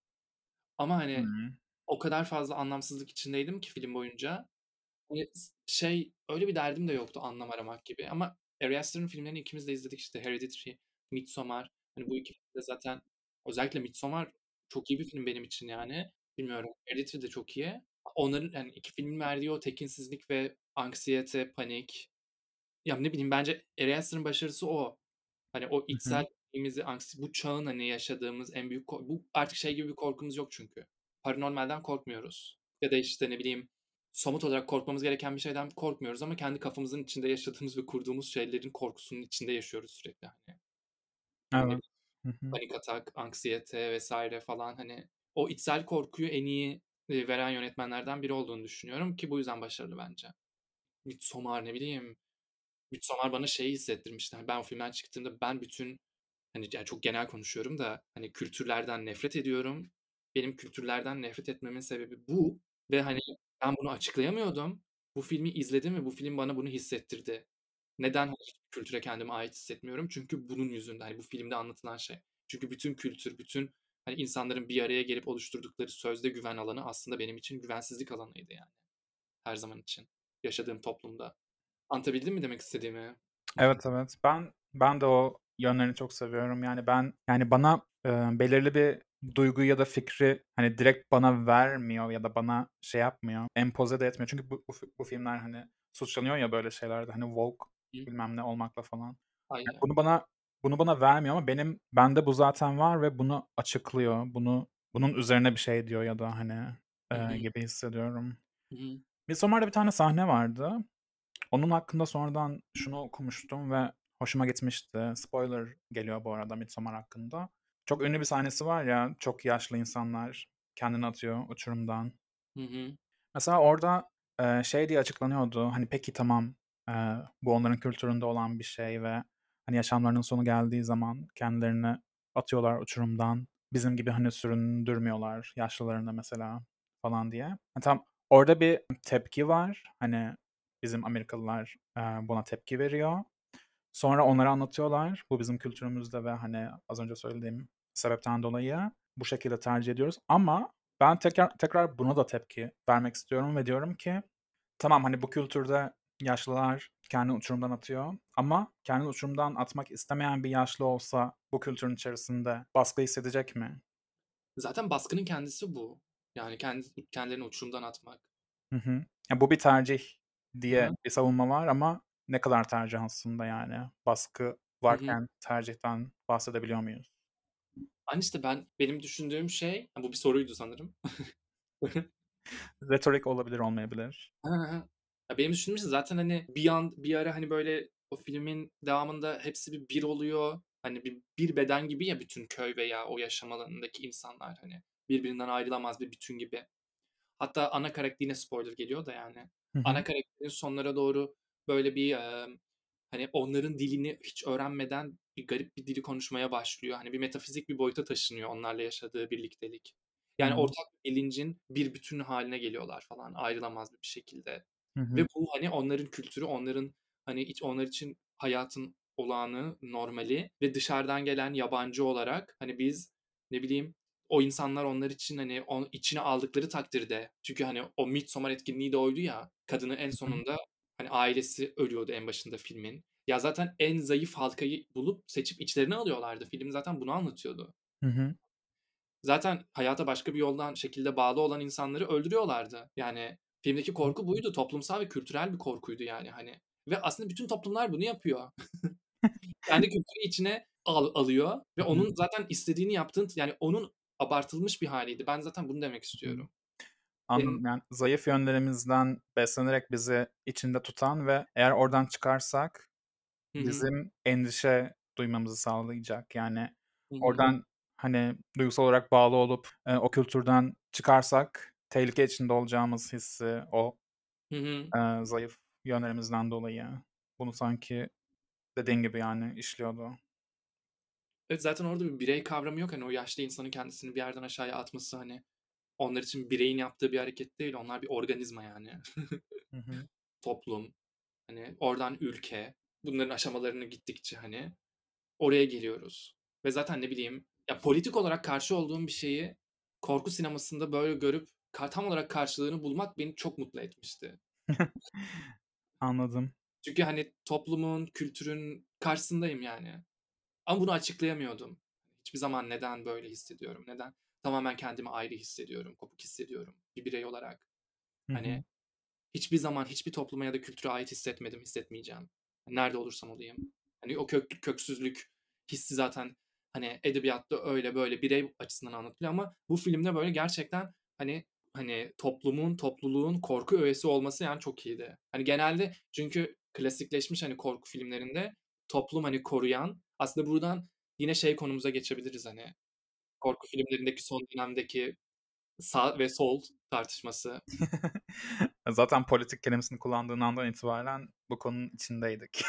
ama, Hı hani, o kadar fazla anlamsızlık içindeydim ki film boyunca. Hani, öyle bir derdim de yoktu anlam aramak gibi ama Ari Aster'ın filmlerini ikimiz de izledik işte. Hereditary, Midsommar. Hani, bu 2 film de zaten özellikle Midsommar çok iyi bir film benim için yani. Bilmiyorum, Hereditary de çok iyi. Onların, yani, 2 filmin verdiği o tekinsizlik ve anksiyete, panik, ya, ne bileyim, bence Ari Aster'ın başarısı o. Hani, o hı. Hı. içselliğimizi, bu çağın, hani, yaşadığımız en büyük bu artık gibi bir korkumuz yok çünkü. Paranormalden korkmuyoruz ya da, işte, ne bileyim, somut olarak korkmamız gereken bir şeyden korkmuyoruz ama kendi kafamızın içinde yaşadığımız ve kurduğumuz şeylerin korkusunun içinde yaşıyoruz sürekli, hani. Hani, ne Evet. bileyim, Hı hı. panik atak, anksiyete vs. falan, hani, o içsel korkuyu en iyi, veren yönetmenlerden biri olduğunu düşünüyorum ki bu yüzden başarılı bence. Midsommar, ne bileyim, Midsommar bana şeyi hissettirmişti. Hani, ben o filmden çıktığımda ben bütün, hani, yani, çok genel konuşuyorum da, hani, kültürlerden nefret ediyorum. Benim kültürlerden nefret etmemin sebebi bu ve, hani, ben bunu açıklayamıyordum. Bu filmi izledim ve bu film bana bunu hissettirdi. Neden, hani, hiçbir kültüre kendimi ait hissetmiyorum? Çünkü bunun yüzünden, hani, bu filmde anlatılan şey. Çünkü bütün kültür, bütün, hani, insanların bir araya gelip oluşturdukları sözde güven alanı aslında benim için güvensizlik alanıydı yani her zaman için yaşadığım toplumda. Anlatabildim mi demek istediğimi? Evet, evet. Ben de o yönlerini çok seviyorum. Yani bana belirli bir duyguyu ya da fikri hani direkt bana vermiyor ya da bana şey yapmıyor, empoze de etmiyor. Çünkü bu filmler hani suçlanıyor ya böyle şeylerde hani woke Hı, bilmem ne olmakla falan. Yani aynen. bunu bana vermiyor ama bende bu zaten var ve bunu açıklıyor. Bunun üzerine bir şey diyor ya da hani Hı hı. gibi hissediyorum. Hı hı. Midsommar'da bir tane sahne vardı. Onun hakkında sonradan şunu okumuştum ve hoşuma gitmişti. Spoiler geliyor bu arada Midsommar hakkında. Çok ünlü bir sahnesi var ya, çok yaşlı insanlar kendini atıyor uçurumdan. Hı hı. Mesela orada şey diye açıklanıyordu. Hani peki tamam, bu onların kültüründe olan bir şey ve hani yaşamlarının sonu geldiği zaman kendilerini atıyorlar uçurumdan. Bizim gibi hani süründürmüyorlar yaşlılarını mesela falan diye. Tam orada bir tepki var. Hani bizim Amerikalılar buna tepki veriyor. Sonra onlara anlatıyorlar. Bu bizim kültürümüzde ve hani az önce söylediğim sebepten dolayı bu şekilde tercih ediyoruz. Ama ben tekrar buna da tepki vermek istiyorum ve diyorum ki tamam hani bu kültürde yaşlılar kendini uçurumdan atıyor ama kendini uçurumdan atmak istemeyen bir yaşlı olsa bu kültürün içerisinde baskı hissedecek mi? Zaten baskının kendisi bu. Yani kendilerini uçurumdan atmak. Hı hı. Ya, bu bir tercih Hı diye hı. bir savunma var ama ne kadar tercih aslında yani? Baskı Hı hı. varken tercihten bahsedebiliyor muyuz? Hani, işte, benim düşündüğüm şey bu bir soruydu sanırım. Retorik olabilir, olmayabilir. Hı hı. Ya, benim düşündüğüm şey zaten, hani, bir ara, hani, böyle, o filmin devamında hepsi bir oluyor. Hani, bir beden gibi ya bütün köy veya o yaşam alanındaki insanlar, hani, birbirinden ayrılamaz bir bütün gibi. Hatta ana karakter yine spoiler geliyor da yani. Hı hı. Ana karakterin sonlara doğru böyle hani, onların dilini hiç öğrenmeden bir garip bir dili konuşmaya başlıyor. Hani, bir metafizik bir boyuta taşınıyor onlarla yaşadığı birliktelik. Yani, Hıı. ortak bir bilincin bir bütün hâline geliyorlar falan ayrılamaz bir şekilde Hı ve hı. bu, hani, onların kültürü, onların, hani, onlar için hayatın olağanı, normali ve dışarıdan gelen yabancı olarak, hani, biz, ne bileyim, o insanlar onlar için, hani, içine aldıkları takdirde çünkü, hani, o Midsommar etkinliği de oydu ya, kadını en Hı hı. sonunda, hani, ailesi ölüyordu en başında filmin. Ya, zaten en zayıf halkayı bulup seçip içlerine alıyorlardı. Film zaten bunu anlatıyordu. Hı hı. Zaten hayata başka bir yoldan şekilde bağlı olan insanları öldürüyorlardı. Yani filmdeki Hı. korku buydu. Toplumsal ve kültürel bir korkuydu yani, hani. Ve aslında bütün toplumlar bunu yapıyor. Kendi kültürü içine alıyor ve Hı hı. onun zaten istediğini yaptığın yani onun abartılmış bir hâliydi. Ben zaten bunu demek Hı hı. istiyorum. Anladım. Senin Yani, zayıf yönlerimizden beslenerek bizi içinde tutan ve eğer oradan çıkarsak Hı hı. bizim endişe duymamızı sağlayacak. Yani, Hı hı. oradan, hani, duygusal olarak bağlı olup, o kültürden çıkarsak tehlike içinde olacağımız hissi, o, Hı hı. zayıf yönlerimizden dolayı bunu sanki dediğin gibi, yani, işliyordu. Evet, zaten orada bir birey kavramı yok. Hani, o yaşlı insanın kendisini bir yerden aşağıya atması, hani, onlar için bireyin yaptığı bir hareket değil. Onlar bir organizma yani. Hı hı. Toplum, hani, oradan ülke. Bunların aşamalarını gittikçe, hani, oraya geliyoruz ve zaten ne bileyim, ya, politik olarak karşı olduğum bir şeyi korku sinemasında böyle görüp tam olarak karşılığını bulmak beni çok mutlu etmişti. Anladım. Çünkü, hani, toplumun, kültürün karşısındayım yani ama bunu açıklayamıyordum. Hiçbir zaman neden böyle hissediyorum, neden tamamen kendimi ayrı hissediyorum, kopuk hissediyorum bir birey olarak. Hı Hani, hı. hiçbir zaman hiçbir topluma ya da kültüre ait hissetmedim, hissetmeyeceğim. Nerede olursam olayım. Hani, o köksüzlük hissi zaten, hani, edebiyatta öyle böyle birey açısından anlatılıyor ama bu filmde böyle gerçekten, hani, toplumun, topluluğun korku öğesi olması, yani, çok iyiydi. Hani, genelde çünkü klasikleşmiş, hani, korku filmlerinde toplum, hani, koruyan aslında buradan yine şey konumuza geçebiliriz, hani, korku filmlerindeki son dönemdeki sağ ve sol tartışması. Zaten politik kelimesini kullandığın andan itibaren bu konunun içindeydik.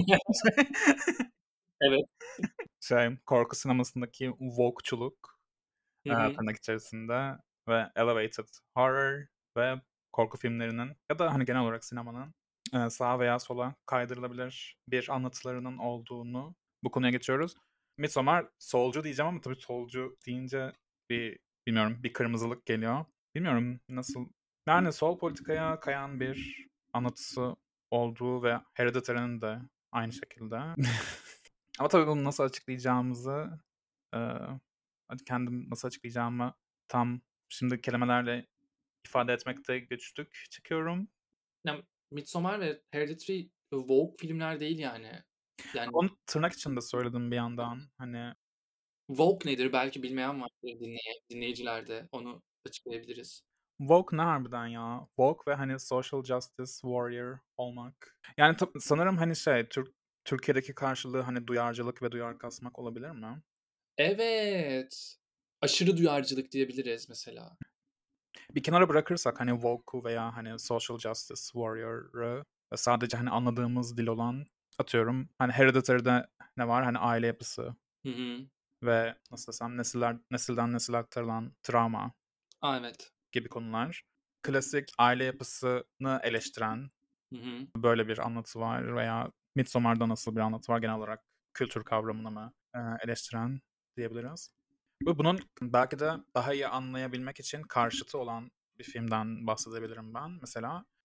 Evet. Korku sinemasındaki woke'culuk, Hı hı. tırnak içerisinde ve elevated horror ve korku filmlerinin ya da, hani, genel olarak sinemanın, sağa veya sola kaydırılabilir bir anlatılarının olduğunu bu konuya geçiyoruz. Midsommar solcu diyeceğim ama tabii solcu deyince bilmiyorum, bir kırmızılık geliyor. Bilmiyorum nasıl. Yani sol politikaya kayan bir anlatısı olduğu ve Hereditary'nin de aynı şekilde. Ama tabii bunu nasıl açıklayacağımızı, eee, kendim nasıl açıklayacağımı tam şimdi kelimelerle ifade etmekte güçlük çekiyorum. Ya, Midsommar ve Hereditary woke filmler değil yani. Yani Onu tırnak içinde söyledim bir yandan. Hani, woke nedir belki bilmeyen vardır dinleyicilerde. Onu açıklayabiliriz. woke ne harbiden ya? Woke ve, hani, social justice warrior olmak. Yani, sanırım, hani, Türkiye'deki karşılığı, hani, duyarcılık ve duyar kasmak olabilir mi? Evet. Aşırı duyarcılık diyebiliriz mesela. Bir kenara bırakırsak, hani, woke'u veya, hani, social justice warrior'ı sadece, hani, anladığımız dil olan, atıyorum, hani, Hereditary'de ne var? Hani, aile yapısı Hı hı. ve nasıl desem nesilden nesile aktarılan travma A, evet. gibi konular. Klasik aile yapısını eleştiren Hı hı. böyle bir anlatı var veya Midsommar'da nasıl bir anlatı var genel olarak kültür kavramını mı, eleştiren diyebiliriz. Ve bunun belki de daha iyi anlayabilmek için karşıtı olan bir filmden bahsedebilirim ben. Mesela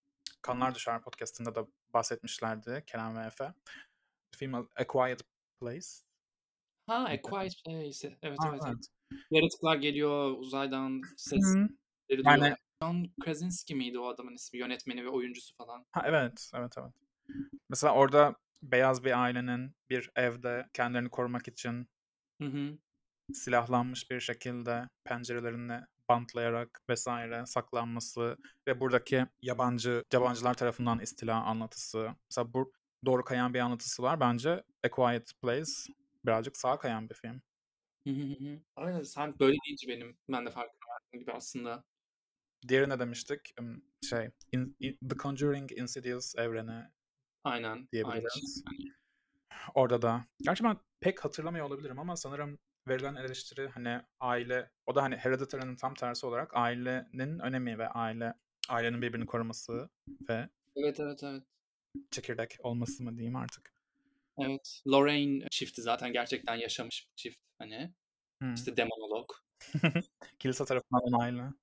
Kanlar Düşer podcast'ında da bahsetmişlerdi Kerem ve Efe. Film adı A Quiet Place Ha, A miydi? Quiet Place. Evet, A, evet, evet. evet. Yaratıklar geliyor uzaydan, Hıı. sesleri Yani duyuyorlar. John Krasinski miydi o adamın ismi? Yönetmeni ve oyuncusu falan. Ha, evet, evet, evet. Mesela orada beyaz bir ailenin bir evde kendilerini korumak için Hı hı. silahlanmış bir şekilde pencerelerini bantlayarak vesaire saklanması ve buradaki yabancılar tarafından istila anlatısı. Mesela bu doğru kayan bir anlatısı var. Bence A Quiet Place birazcık sağa kayan bir film. Hı hı, hı hı. Aynen, sen böyle deyince ben de farkına vardım gibi aslında. Diğeri ne demiştik? The Conjuring Insidious evreni Aynen, aynı şey. diyebiliriz. Orada da. Gerçi ben pek hatırlamıyor olabilirim ama sanırım verilen eleştiri hani aile, o da hani Hereditary'nin tam tersi olarak ailenin önemi ve ailenin birbirini koruması ve Evet, evet, evet. çekirdek olması mı diyeyim artık. Evet. Lorraine çifti zaten gerçekten yaşamış bir çift hani. Hıı. İşte demonolog. Kilise tarafından onaylı.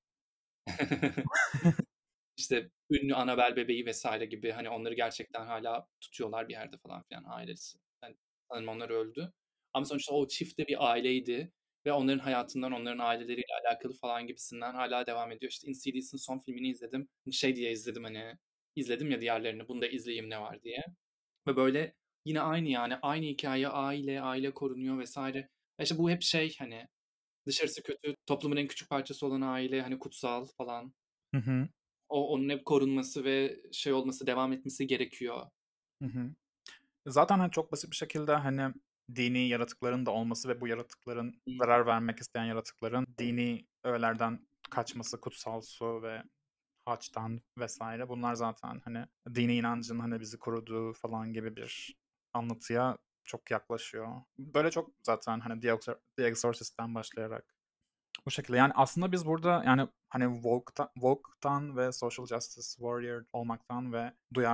İşte ünlü Annabelle bebeği vesaire gibi hani onları gerçekten hala tutuyorlar bir yerde falan filan ailesi. Yani sanırım onlar öldü. Ama sonuçta o çift de bir aileydi ve onların hayatından, onların aileleriyle alakalı falan gibisinden hala devam ediyor. İşte Insidious'ın son filmini izledim. Şey diye izledim hani izledim ya diğerlerini bunu da izleyeyim ne var diye. Ve böyle yine aynı yani aynı hikaye aile korunuyor vesaire. İşte bu hep şey hani dışarısı kötü, toplumun en küçük parçası olan aile hani kutsal falan. Hı hı. Onun hep korunması ve şey olması, devam etmesi gerekiyor. Hı hı. Zaten hani çok basit bir şekilde hani dini yaratıkların da olması ve bu yaratıkların Hı zarar vermek isteyen yaratıkların dini öğelerden kaçması, kutsal su ve haçtan vesaire bunlar zaten hani dini inancın hani bizi koruduğu falan gibi bir anlatıya çok yaklaşıyor. Böyle çok zaten hani The Exorcist'ten başlayarak bu şekilde. Yani aslında biz burada yani hani woke'tan ve social justice warrior olmaktan ve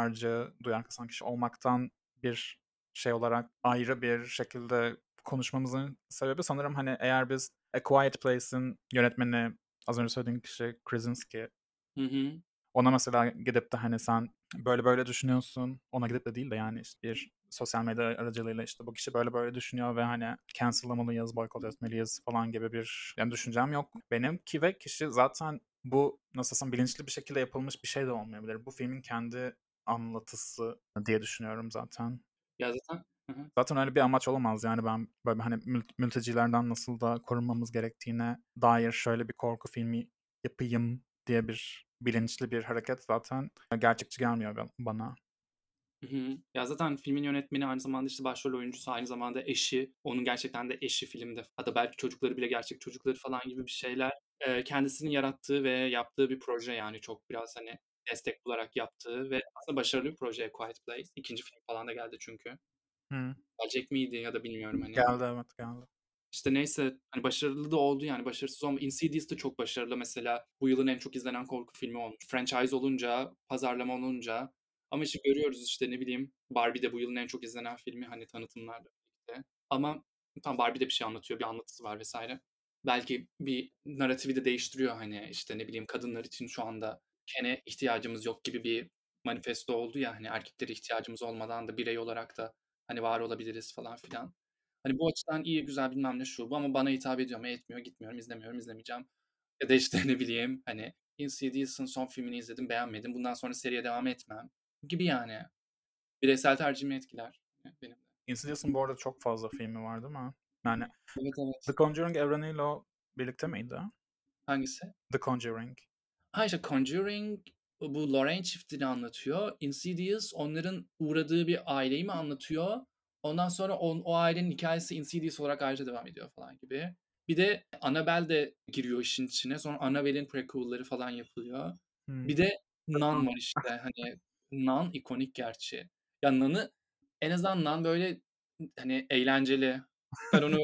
duyar kasan kişi olmaktan bir şey olarak ayrı bir şekilde konuşmamızın sebebi sanırım hani eğer biz A Quiet Place'in yönetmeni az önce söylediğim kişi Krasinski, hı. Hı. ona mesela gidip de hani sen böyle böyle düşünüyorsun. Ona gidip de değil de yani işte bir sosyal medya aracılığıyla işte bu kişi böyle böyle düşünüyor ve hani cancel'lamalıyız, boykot etmeliyiz falan gibi bir yani düşüncem yok. Benim ki ve kişi zaten bu nasıl desem bilinçli bir şekilde yapılmış bir şey de olmayabilir. Bu filmin kendi anlatısı diye düşünüyorum zaten. Ya zaten hı hı. Zaten öyle bir amaç olamaz yani ben böyle hani mültecilerden nasıl da korunmamız gerektiğine dair şöyle bir korku filmi yapayım diye bir bilinçli bir hareket zaten gerçekçi gelmiyor bana. Hı hı. Ya zaten filmin yönetmeni aynı zamanda işte başrol oyuncusu, aynı zamanda eşi. Onun gerçekten de eşi filmde. Hatta belki çocukları bile gerçek çocukları falan gibi bir şeyler. Kendisinin yarattığı ve yaptığı bir proje yani çok biraz hani destek bularak yaptığı ve aslında başarılı bir proje A Quiet Place. 2. film falan da geldi çünkü. Hı. Gelecek miydi ya da bilmiyorum hani. Geldi, evet, geldi. İşte neyse, hani, başarılı da oldu yani başarısız Insidious da çok başarılı mesela. Bu yılın en çok izlenen korku filmi olmuş. Franchise olunca, pazarlama olunca ama işte görüyoruz işte ne bileyim Barbie de bu yılın en çok izlenen filmi hani tanıtımlarla birlikte. Ama tamam Barbie de bir şey anlatıyor, bir anlatısı var vesaire. Belki bir narratifi de değiştiriyor hani işte ne bileyim kadınlar için şu anda Ken'e ihtiyacımız yok gibi bir manifesto oldu ya hani erkeklere ihtiyacımız olmadan da birey olarak da hani var olabiliriz falan filan. Hani bu açıdan iyi, güzel, bilmem ne, şu, bu ama bana hitap ediyor mu? Etmiyor. Gitmiyorum, izlemiyorum, izlemeyeceğim. Ya da işte ne bileyim hani Insidious'ın son filmini izledim, beğenmedim. Bundan sonra seriye devam etmem gibi yani. Bireysel tercihimi etkiler benim de. Insidious'un bu arada çok fazla filmi var değil mi? Yani Evet, The evet. Conjuring evreniyle o birlikte miydi? Hangisi? The Conjuring. Ha işte Conjuring bu Lorraine çiftini anlatıyor. Insidious onların uğradığı bir aileyi mi anlatıyor? Ondan sonra o ailenin hikayesi Insidious olarak ayrıca devam ediyor falan gibi. Bir de Annabelle de giriyor işin içine. Sonra Annabelle'in prequel'ları falan yapılıyor. Hımm. Bir de Nun var işte. Hani Nun ikonik gerçi. Ya Nun'ı en azından Nun böyle hani eğlenceli. Ben onu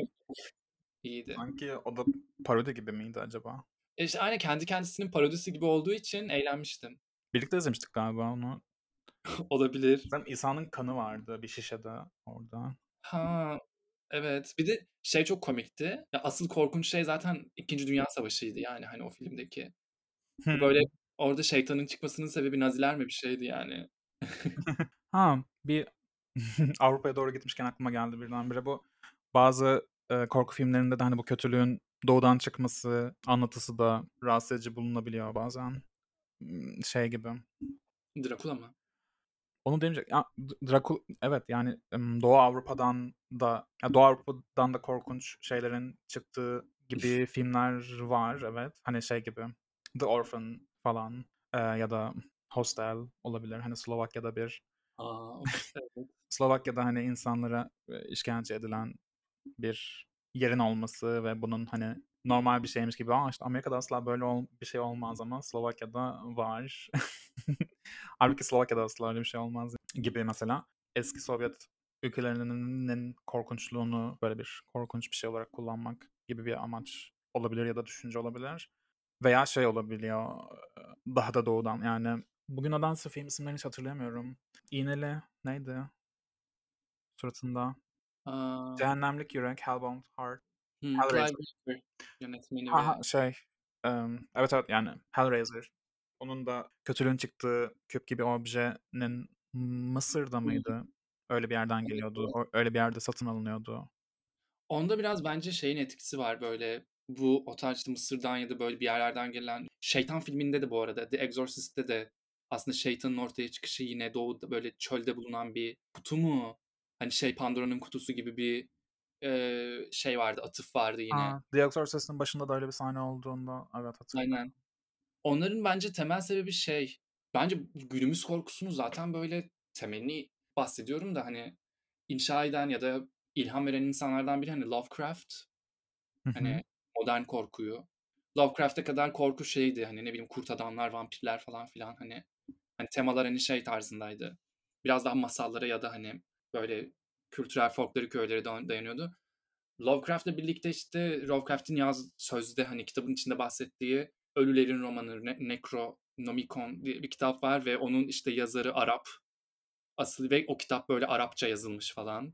iyiydi. Sanki o da parodi gibi miydi acaba? İşte aynı kendi kendisinin parodisi gibi olduğu için eğlenmiştim. Birlikte izlemiştik galiba onu. Olabilir. Sanırım İsa'nın kanı vardı bir şişede orada. Ha, evet. Bir de şey çok komikti. Ya asıl korkunç şey zaten 2. Dünya Savaşı'ydı yani hani o filmdeki. Bu böyle Hımm. Orada şeytanın çıkmasının sebebi Naziler mi bir şeydi yani? Ha, bir Avrupa'ya doğru gitmişken aklıma geldi birdenbire bu. Bazı, korku filmlerinde de, hani, bu kötülüğün doğudan çıkması anlatısı da rahatsız edici bulunabiliyor bazen. Şey gibi, Drakula mı? onu demeyecek ya, evet, yani, Doğu Avrupa'dan da ya, Doğu Avrupa'dan da korkunç şeylerin çıktığı gibi filmler var, evet. Hani, şey gibi, The Orphan falan, ya da Hostel olabilir. Hani, A! Of, evet. Slovakya'da, hani, insanlara, işkence edilen bir yerin olması ve bunun, hani, normal bir şeymiş gibi, işte, Amerika'da asla böyle bir şey olmaz ama Slovakya'da var." Hâlbuki Slovakya'da asla öyle bir şey olmaz gibi mesela. Eski Sovyet ülkelerinin korkunçluğunu böyle bir korkunç bir şey olarak kullanmak gibi bir amaç olabilir ya da düşünce olabilir veya şey olabiliyor, daha da doğudan, yani, bugün nedense film isimlerini hiç hatırlayamıyorum. İğneli neydi suratında? A! Cehennemlik Yürek, Hellbound Heart, Clive Hellraiser. Barker yönetmeni Ha ha, ve şey, evet, evet, yani Hellraiser. Onun da kötülüğün çıktığı küp gibi objenin Mısır'da Hımm. mıydı? Öyle bir yerden Evet, geliyordu. evet. Öyle bir yerde satın alınıyordu. Onda biraz bence şeyin etkisi var, böyle, bu o tarz, işte, Mısır'dan ya da böyle bir yerlerden gelen Şeytan filminde de bu arada, The Exorcist'te de aslında şeytanın ortaya çıkışı yine doğuda, böyle, çölde bulunan bir kutu mu? Hani, şey, Pandora'nın kutusu gibi bir, şey vardı, atıf vardı yine. Ha, The Exorcist'in başında da öyle bir sahne olduğunda evet, Aynen. hatırlıyorum. Onların bence temel sebebi şey, bence günümüz korkusunu zaten, böyle, temelini bahsediyorum da, hani, inşa eden ya da ilham veren insanlardan biri, hani, Lovecraft. Hı hı. Hani, modern korkuyu. Lovecraft'a kadar korku şeydi, hani, ne bileyim, kurt adamlar, vampirler falan filan, hani, temalar, hani, şey tarzındaydı. Biraz daha masallara ya da, hani, böyle kültürel folklorik öğelere dayanıyordu. Lovecraft'la birlikte, işte, Lovecraft'in sözde, hani, kitabın içinde bahsettiği Ölülerin Romanı, Necronomicon diye bir kitap var ve onun, işte, yazarı Arap. Asıl ve o kitap, böyle, Arapça yazılmış falan.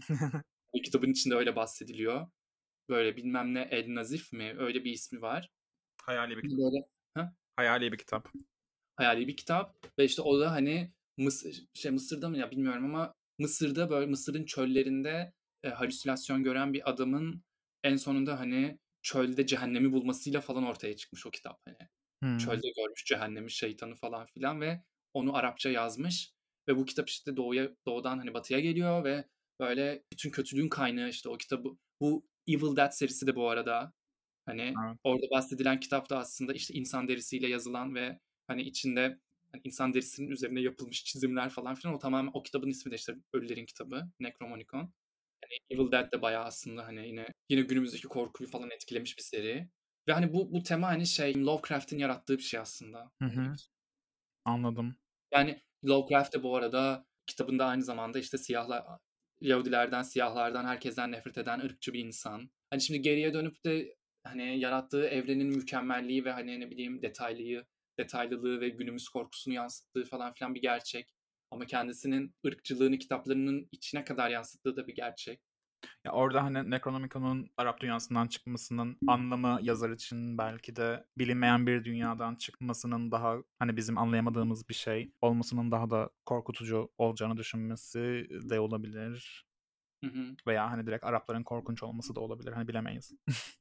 O kitabın içinde öyle bahsediliyor. Böyle bilmem ne El Nazif mi? Öyle bir ismi var. Hayali bir kitap. Böyle Hah? Hayali bir kitap. Hayali bir kitap ve işte o da hani Mısır'da mı ya bilmiyorum ama Mısır'da böyle Mısır'ın çöllerinde, halüsinasyon gören bir adamın en sonunda, hani, çölde cehennemi bulmasıyla falan ortaya çıkmış o kitap, hani. Hımm. Çölde görmüş cehennemi, şeytanı falan filan ve onu Arapça yazmış ve bu kitap işte doğudan, hani, batıya geliyor ve böyle bütün kötülüğün kaynağı işte o kitabı. Bu Evil Dead serisi de bu arada, hani, Evet. orada bahsedilen kitap da aslında, işte, insan derisiyle yazılan ve, hani, içinde, hani, insan derisinin üzerine yapılmış çizimler falan filan. O tamamen o kitabın ismi de, işte, Ölülerin Kitabı, Necronomicon. Hani, Evil Dead de bayağı aslında, hani, yine günümüzdeki korkuyu falan etkilemiş bir seri ve, hani, bu tema, hani, şey, Lovecraft'in yarattığı bir şey aslında. Hı Öyle bir hı. şey. Anladım. Yani, Lovecraft de bu arada kitabında aynı zamanda, işte, Yahudilerden, siyahlardan, herkesten nefret eden ırkçı bir insan. Hani, şimdi geriye dönüp de, hani, yarattığı evrenin mükemmelliği ve, hani, ne bileyim, detaylılığı ve günümüz korkusunu yansıttığı falan filan bir gerçek. Ama kendisinin ırkçılığını kitaplarının içine kadar yansıttığı da bir gerçek. Ya, orada, hani, Necronomicon'un Arap dünyasından çıkmasının anlamı yazar için belki de bilinmeyen bir dünyadan çıkmasının daha, hani, bizim anlayamadığımız bir şey olmasının daha da korkutucu olacağını düşünmesi de olabilir Hı hı. veya, hani, direkt Arapların korkunç olması da olabilir. Hani, bilemeyiz.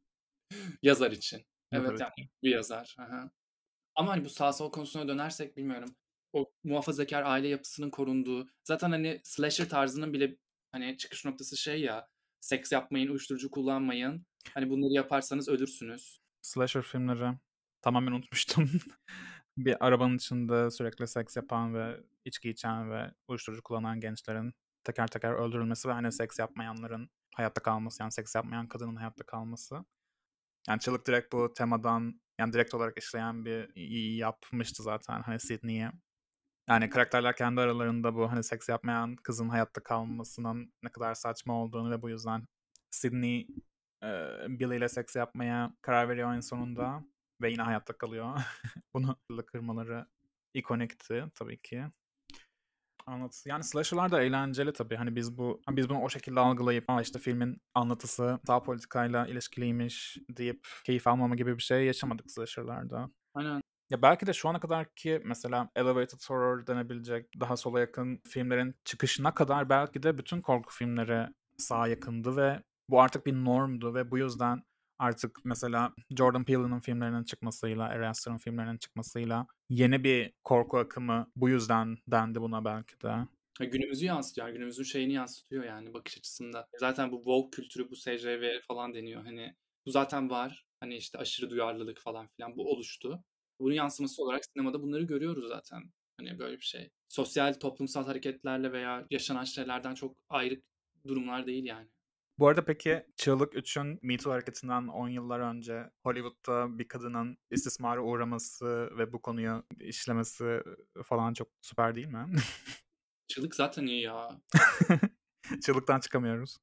Yazar için. Yazar Evet, yani, için. bir yazar. Hı hı. Ama, hani, bu sağ sol konusuna dönersek bilmiyorum. O muhafazakâr aile yapısının korunduğu, zaten, hani, slasher tarzının bile, hani, çıkış noktası şey ya, seks yapmayın, uyuşturucu kullanmayın, hani, bunları yaparsanız ölürsünüz. Slasher filmleri tamamen unutmuştum. Bir arabanın içinde sürekli seks yapan ve içki içen ve uyuşturucu kullanan gençlerin teker teker öldürülmesi ve, hani, seks yapmayanların hayatta kalması, yani, seks yapmayan kadının hayatta kalması. Yani, Çığlık direkt bu temadan, yani, direkt olarak işleyen bir yapmıştı zaten, hani, Sydney'i. Yani, karakterler kendi aralarında bu, hani, seks yapmayan kızın hayatta kalmasının ne kadar saçma olduğunu ve bu yüzden Sydney, Billy ile seks yapmaya karar veriyor en sonunda ve yine hayatta kalıyor. Bunu kırmaları ikonikti tabii ki. Yani, slasher'lar da eğlenceli tabii. Hani, biz bunu o şekilde algılayıp, işte, filmin anlatısı sağ politikayla ilişkiliymiş deyip keyif almama gibi bir şey yaşamadık slasher'larda. Aynen. Ya, belki de şu ana kadarki mesela elevated horror denebilecek daha sola yakın filmlerin çıkışına kadar belki de bütün korku filmleri sağa yakındı ve bu artık bir normdu ve bu yüzden artık mesela Jordan Peele'nin filmlerinin çıkmasıyla, Ari Aster'ın filmlerinin çıkmasıyla yeni bir korku akımı bu yüzden dendi buna belki de. Ha, günümüzü yansıtıyor. Yani günümüzün şeyini yansıtıyor yani bakış açısında. Zaten bu woke kültürü, bu SJV falan deniyor. Hani bu zaten var. Hani işte aşırı duyarlılık falan filan bu oluştu. Bunun yansıması olarak sinemada bunları görüyoruz zaten. Hani böyle bir şey. Sosyal, toplumsal hareketlerle veya yaşanan şeylerden çok ayrı durumlar değil yani. Bu arada peki Çığlık 3'ün Me Too hareketinden 10 yıllar önce Hollywood'da bir kadının istismara uğraması ve bu konuyu işlemesi falan çok süper değil mi? Çığlık zaten iyi ya. Çığlıktan çıkamıyoruz.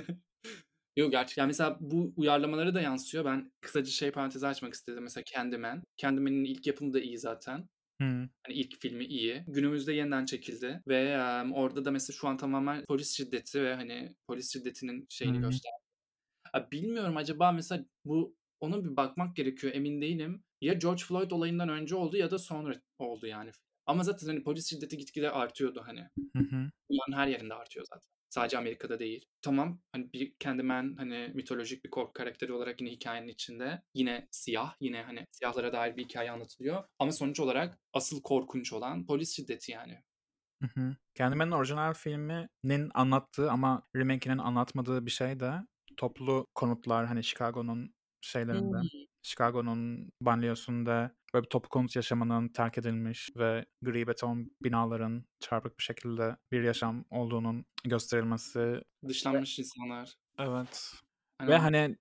Yo, gerçekten mesela bu uyarlamalara da yansıyor. Ben kısaca şey parantezi açmak istedim. Mesela Candyman. Candyman'in ilk yapımı da iyi zaten. Hıı. Hani ilk filmi iyi. Günümüzde yeniden çekildi ve, orada da mesela şu an tamamen polis şiddeti ve, hani, polis şiddetinin Hı şeyini hı. göster. Bilmiyorum acaba mesela bu ona bir bakmak gerekiyor, emin değilim. Ya George Floyd olayından önce oldu ya da sonra oldu yani. Ama zaten, hani, polis şiddeti gitgide artıyordu, hani. Hı hı. Dünyanın her yerinde artıyor zaten. Sadece Amerika'da değil. Tamam, hani, bir Candyman, hani, mitolojik bir korku karakteri olarak yine hikâyenin içinde. Yine siyah, yine, hani, siyahlara dair bir hikâye anlatılıyor ama sonuç olarak asıl korkunç olan polis şiddeti yani. Hı hı. Candyman'in orijinal filminin anlattığı ama remake'inin anlatmadığı bir şey de toplu konutlar, hani, Chicago'nun şeylerinde, Hımm. Chicago'nun banliyösünde böyle bir toplu konut yaşamının terk edilmiş ve gri beton binaların çarpık bir şekilde bir yaşam olduğunun gösterilmesi. Dışlanmış insanlar. Evet. Ve, Aynen. hani,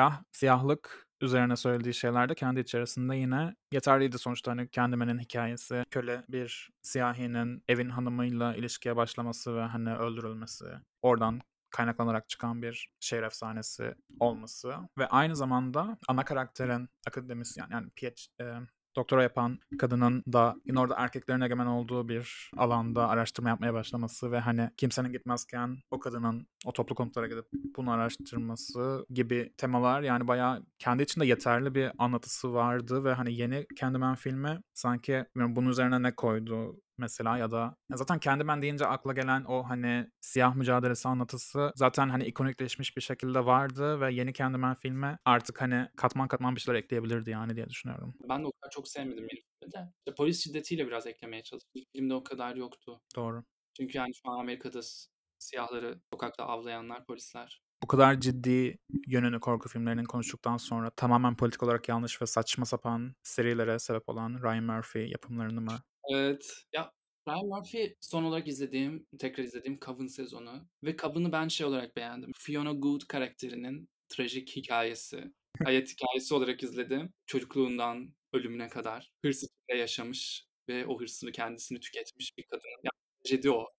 siyahlık üzerine söylediği şeyler de kendi içerisinde yine yeterliydi sonuçta. Hani, Candyman'in hikâyesi, köle bir siyahinin evin hanımıyla ilişkiye başlaması ve, hani, öldürülmesi, oradan kaynaklanarak çıkan bir şehir efsanesi olması ve aynı zamanda ana karakterin akademisyen, yani doktora yapan kadının da yine orada erkeklerin egemen olduğu bir alanda araştırma yapmaya başlaması ve, hani, kimsenin gitmezken o kadının o toplu konutlara gidip bunu araştırması gibi temalar, yani, bayağı kendi içinde yeterli bir anlatısı vardı ve, hani, yeni Candyman filmi sanki bilmiyorum bunun üzerine ne koydu mesela ya da ya zaten Candyman deyince akla gelen o, hani, siyah mücadelesi anlatısı zaten, hani, ikonikleşmiş bir şekilde vardı ve yeni Candyman filmi artık, hani, katman katman bir şeyler ekleyebilirdi, yani, diye düşünüyorum. Ben de o kadar çok sevmedim yeni filmi de. İşte polis şiddetiyle biraz eklemeye çalıştım. İlk filmde o kadar yoktu. Doğru. Çünkü, yani, şu an Amerika'da siyahları sokakta avlayanlar polisler. Bu kadar ciddi yönünü korku filmlerinin konuştuktan sonra tamamen politik olarak yanlış ve saçma sapan serilere sebep olan Ryan Murphy yapımlarını mı? Evet. Ya, Ryan Murphy son olarak tekrar izlediğim Coven sezonu ve Coven'ı ben şey olarak beğendim. Fiona Good karakterinin trajik hikâyesi, hayat hikâyesi olarak izledim. Çocukluğundan ölümüne kadar hırs içinde yaşamış ve o hırsını kendisini tüketmiş bir kadının trajedi o.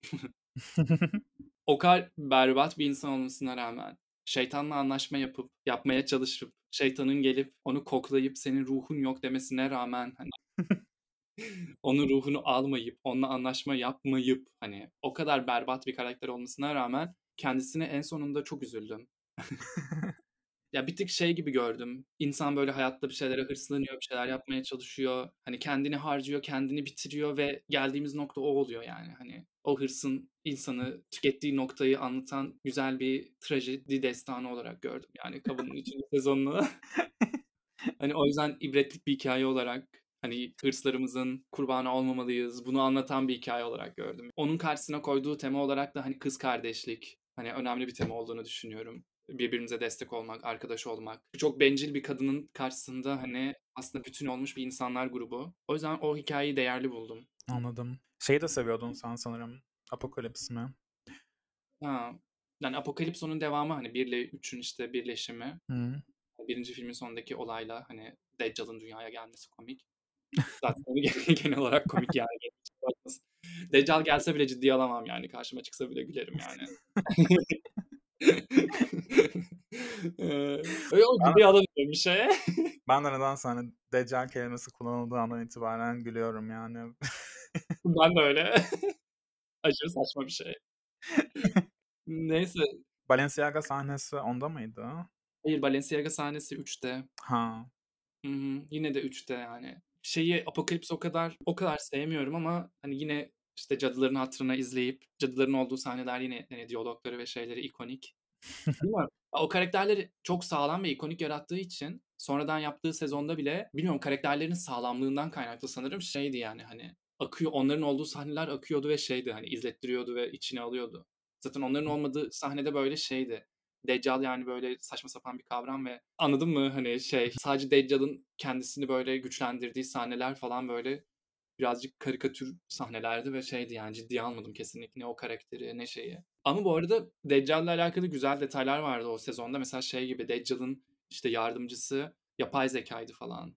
O kadar berbat bir insan olmasına rağmen şeytanla anlaşma yapmaya çalışıp, şeytanın gelip onu koklayıp "Senin ruhun yok." demesine rağmen, hani, onun ruhunu almayıp, onunla anlaşma yapmayıp, hani, o kadar berbat bir karakter olmasına rağmen kendisine en sonunda çok üzüldüm. Ya, bir tık şey gibi gördüm, İnsan böyle hayatta bir şeylere hırslanıyor, bir şeyler yapmaya çalışıyor. Hani, kendini harcıyor, kendini bitiriyor ve geldiğimiz nokta o oluyor yani. Hani, o hırsın insanı tükettiği noktayı anlatan güzel bir trajedi destanı olarak gördüm yani Coven'ın 3. sezonunu. Hani, o yüzden ibretlik bir hikâye olarak, hani, hırslarımızın kurbanı olmamalıyız, bunu anlatan bir hikâye olarak gördüm. Onun karşısına koyduğu tema olarak da, hani, kız kardeşlik, hani, önemli bir tema olduğunu düşünüyorum. Birbirimize destek olmak, arkadaş olmak. Çok bencil bir kadının karşısında, hani, aslında bütün olmuş bir insanlar grubu. O yüzden o hikâyeyi değerli buldum. Anladım. Şeyi de seviyordun sen sanırım, Apocalypse mi? Ha, yani Apokalipso'nun devamı, hani, 1 ile 3'ün, işte, birleşimi. Hıı. 1. filmin sonundaki olayla, hani, Deccal'ın dünyaya gelmesi komik. Zaten hani genel olarak komik yani. Deccal gelse bile ciddiye alamam yani. Karşıma çıksa bile gülerim yani. Öyle ama Ben ciddiye alamıyorum bir şeye. ben de nedense, hani, deccal kelimesi kullanıldığı andan itibaren gülüyorum yani. Ben de öyle. Aşırı saçma bir şey. Neyse. Balenciaga sahnesi onda mıydı? Hayır, Balenciaga sahnesi 3'te. Ha. Hı hı. Yine de 3'te yani. şeyi Apocalypse o kadar sevmiyorum ama hani yine işte cadıların hatırına izleyip cadıların olduğu sahneler yine hani diyalogları ve şeyleri ikonik. Bilmiyorum. O karakterleri çok sağlam ve ikonik yarattığı için sonradan yaptığı sezonda bile bilmiyorum karakterlerin sağlamlığından kaynaklı sanırım şeydi yani hani akıyor onların olduğu sahneler akıyordu ve şeydi hani izlettiriyordu ve içine alıyordu. Zaten onların olmadığı sahnede böyle şeydi. Deccal yani böyle saçma sapan bir kavram ve anladın mı hani şey sadece Deccal'ın kendisini böyle güçlendirdiği sahneler falan böyle birazcık karikatür sahnelerdi ve şeydi yani ciddiye almadım kesinlikle ne o karakteri ne şeyi. Ama bu arada Deccal'le alakalı güzel detaylar vardı o sezonda. Mesela şey gibi Deccal'ın işte yardımcısı yapay zekaydı falan.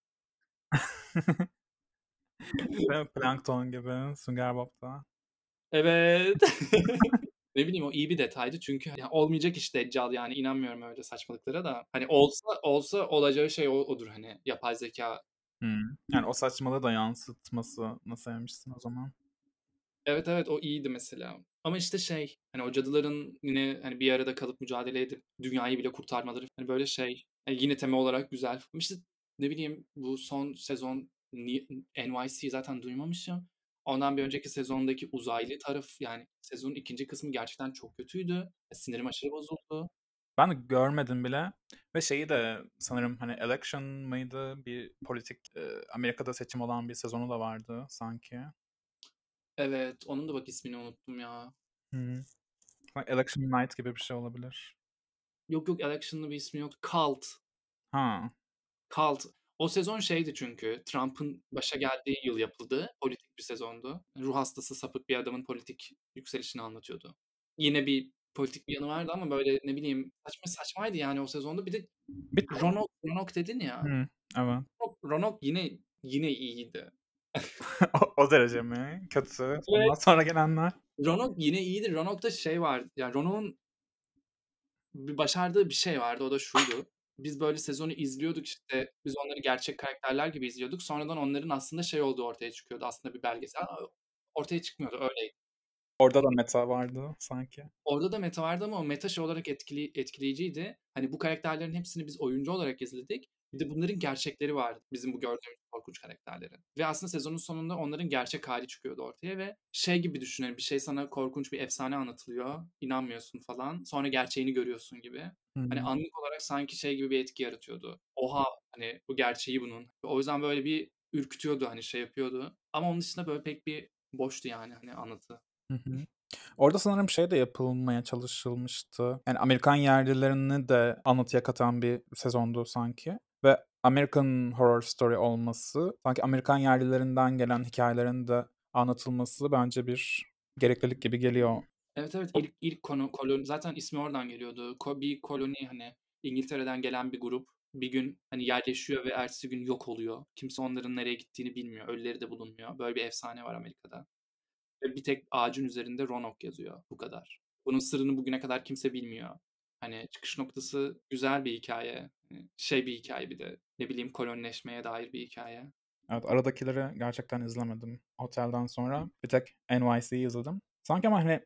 Değil mi? Plankton gibi Sünger Bob'da. Evet. Ne bileyim o iyi bir detaydı çünkü yani olmayacak iş Deccal yani inanmıyorum öyle saçmalıklara da. Hani olsa olacağı şey odur hani yapay zeka. Hımm. Yani o saçmalığı da yansıtmasını sevmişsin o zaman. Evet, evet, o iyiydi mesela. Ama işte şey, hani o cadıların yine hani bir arada kalıp mücadele edip dünyayı bile kurtarmaları hani böyle şey, yine tema olarak güzel. Ama işte ne bileyim bu son sezon NYC zaten duymamışım. Ondan bir önceki sezondaki uzaylı taraf yani sezonun ikinci kısmı gerçekten çok kötüydü. Sinirim aşırı bozuldu. Ben de görmedim bile ve şeyi de sanırım, hani, Election mıydı? Bir politik, Amerika'da seçim olan bir sezonu da vardı sanki. Evet, onun da bak ismini unuttum ya. Hı hı. Election Night gibi bir şey olabilir. Yok yok Election'lı bir ismi yok. Cult. Ha. Cult. O sezon şeydi çünkü Trump'ın başa geldiği yıl yapıldı. Politik bir sezondu. Ruh hastası sapık bir adamın politik yükselişini anlatıyordu. Yine bir politik bir yanı vardı ama böyle ne bileyim saçmaydı yani o sezonda. Bir de Bir Ronok dedin ya. Hıı. Evet. Ronok yine iyiydi. O derece mi? Kötü. Ondan Evet. sonra gelenler. Ronok yine iyiydi. Ronok'ta şey vardı. Yani Ronok'un başardığı bir şey vardı. O da şuydu. Biz böyle sezonu izliyorduk işte. Biz onları gerçek karakterler gibi izliyorduk. Sonradan onların aslında şey olduğu ortaya çıkıyordu. Aslında bir belgesel. Ortaya çıkmıyordu. Öyleydi. Orada da meta vardı sanki. Orada da meta vardı ama o meta şey olarak etkileyiciydi. Hani bu karakterlerin hepsini biz oyuncu olarak izledik. Bir de bunların gerçekleri vardı. Bizim bu gördüğümüz korkunç karakterlerin. Ve aslında sezonun sonunda onların gerçek hali çıkıyordu ortaya ve şey gibi düşünelim. Bir şey sana korkunç bir efsane anlatılıyor. İnanmıyorsun falan. Sonra gerçeğini görüyorsun gibi. Hı Hani hı. anlık olarak sanki şey gibi bir etki yaratıyordu. Oha hani bu gerçeği bunun. O yüzden böyle bir ürkütüyordu hani şey yapıyordu. Ama onun dışında böyle pek bir boştu yani hani anlatı. Hı hı. Orada sanırım şey de yapılmaya çalışılmıştı. Yani Amerikan yerlilerini de anlatıya katan bir sezondu sanki. Ve American Horror Story olması, sanki Amerikan yerlilerinden gelen hikayelerin de anlatılması bence bir gereklilik gibi geliyor. Evet, evet, O ilk koloni zaten ismi oradan geliyordu. Bir koloni, hani, İngiltere'den gelen bir grup bir gün, hani, yerleşiyor ve ertesi gün yok oluyor. Kimse onların nereye gittiğini bilmiyor. Ölüleri de bulunmuyor. Böyle bir efsane var Amerika'da ve bir tek ağacın üzerinde Roanoke yazıyor. Bu kadar. Bunun sırrını bugüne kadar kimse bilmiyor. Hani, çıkış noktası güzel bir hikâye. Şey bir hikâye bir de, ne bileyim, kolonileşmeye dair bir hikâye. Evet, aradakileri gerçekten izlemedim. Otel'den sonra bir tek NYC'yi izledim. Sanki ama hani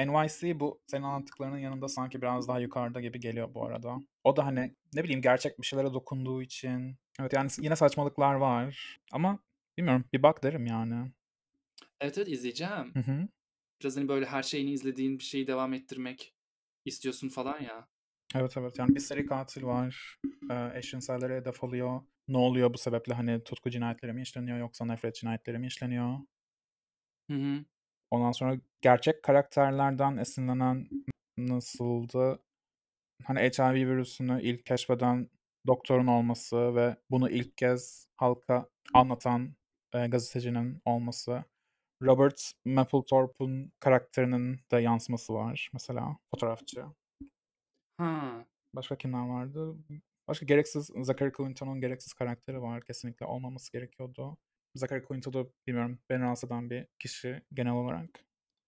NYC bu senin anlattıklarının yanında sanki biraz daha yukarıda gibi geliyor bu arada. O da hani ne bileyim gerçek bir şeylere dokunduğu için. Evet yani yine saçmalıklar var. Ama bilmiyorum bir bak derim yani. Evet, evet, izleyeceğim. Hı hı. Biraz, hani, böyle her şeyini izlediğin bir şeyi devam ettirmek istiyorsun falan ya. Evet evet yani bir seri katil var. Eşcinselleri hedef alıyor. Ne oluyor bu sebeple hani tutku cinayetleri mi işleniyor yoksa nefret cinayetleri mi işleniyor? Hı hı. Ondan sonra gerçek karakterlerden esinlenen nasıldı? Hani HIV virüsünü ilk keşfeden doktorun olması ve bunu ilk kez halka anlatan gazetecinin olması. Robert Mapplethorpe'un karakterinin de yansıması var mesela fotoğrafçı. Ha. Başka kimler vardı? Başka gereksiz Zachary Quinto'nun gereksiz karakteri var. Kesinlikle olmaması gerekiyordu. Zachary Quinto da bilmiyorum beni rahatsız eden bir kişi genel olarak.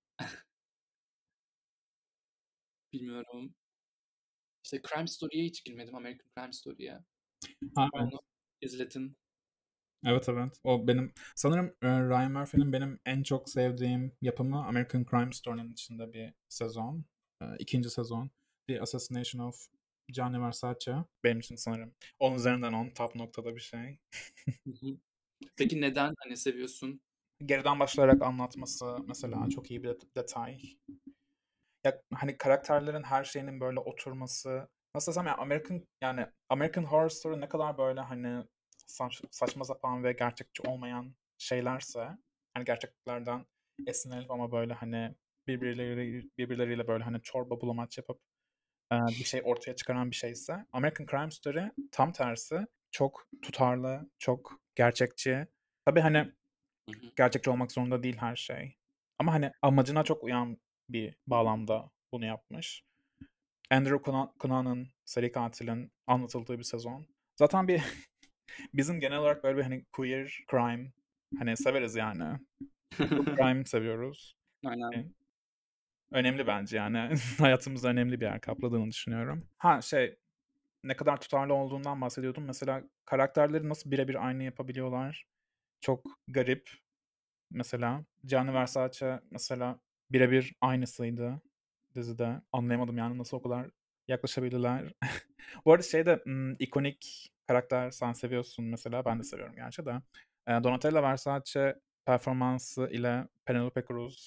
Bilmiyorum. İşte Crime Story'ye hiç girmedim. American Crime Story'ye. Ha, Bana onu izletin. evet evet. O benim sanırım Ryan Murphy'nin benim en çok sevdiğim yapımı American Crime Story'nin içinde bir sezon. İkinci sezon. The Assassination of Gianni Versace. Benim için sanırım 10 üzerinden 10 top noktada bir şey. Hı hı. Peki neden, hani, seviyorsun? Geriden başlayarak anlatması mesela çok iyi bir detay. Ya, hani, karakterlerin her şeyinin böyle oturması, nasıl desem ya, yani, American Horror Story ne kadar böyle, hani, saçma sapan ve gerçekçi olmayan şeylerse, hani, gerçekliklerden esinlenip ama böyle, hani, birbirleriyle böyle, hani, çorba bulamaç yapıp, bir şey ortaya çıkaran bir şeyse, American Crime Story tam tersi, çok tutarlı, çok gerçekçi. Tabii, hani, Hı hı. gerçekçi olmak zorunda değil her şey ama, hani, amacına çok uyan bir bağlamda bunu yapmış. Andrew Cunan'ın, seri katilin anlatıldığı bir sezon. Zaten bizim genel olarak böyle bir, hani, queer crime, hani, severiz yani. True crime seviyoruz. Aynen. Eee, önemli bence yani. Hayatımızda önemli bir yer kapladığını düşünüyorum. Ha, şey, ne kadar tutarlı olduğundan bahsediyordum. Mesela karakterleri nasıl birebir aynı yapabiliyorlar? Çok garip. Mesela Gianni Versace mesela birebir aynısıydı dizide. Anlayamadım yani nasıl o kadar yaklaşabildiler. Bu arada şey de, ikonik karakter sen seviyorsun mesela, ben de seviyorum gerçi de. Donatella Versace performansı ile Penelope Cruz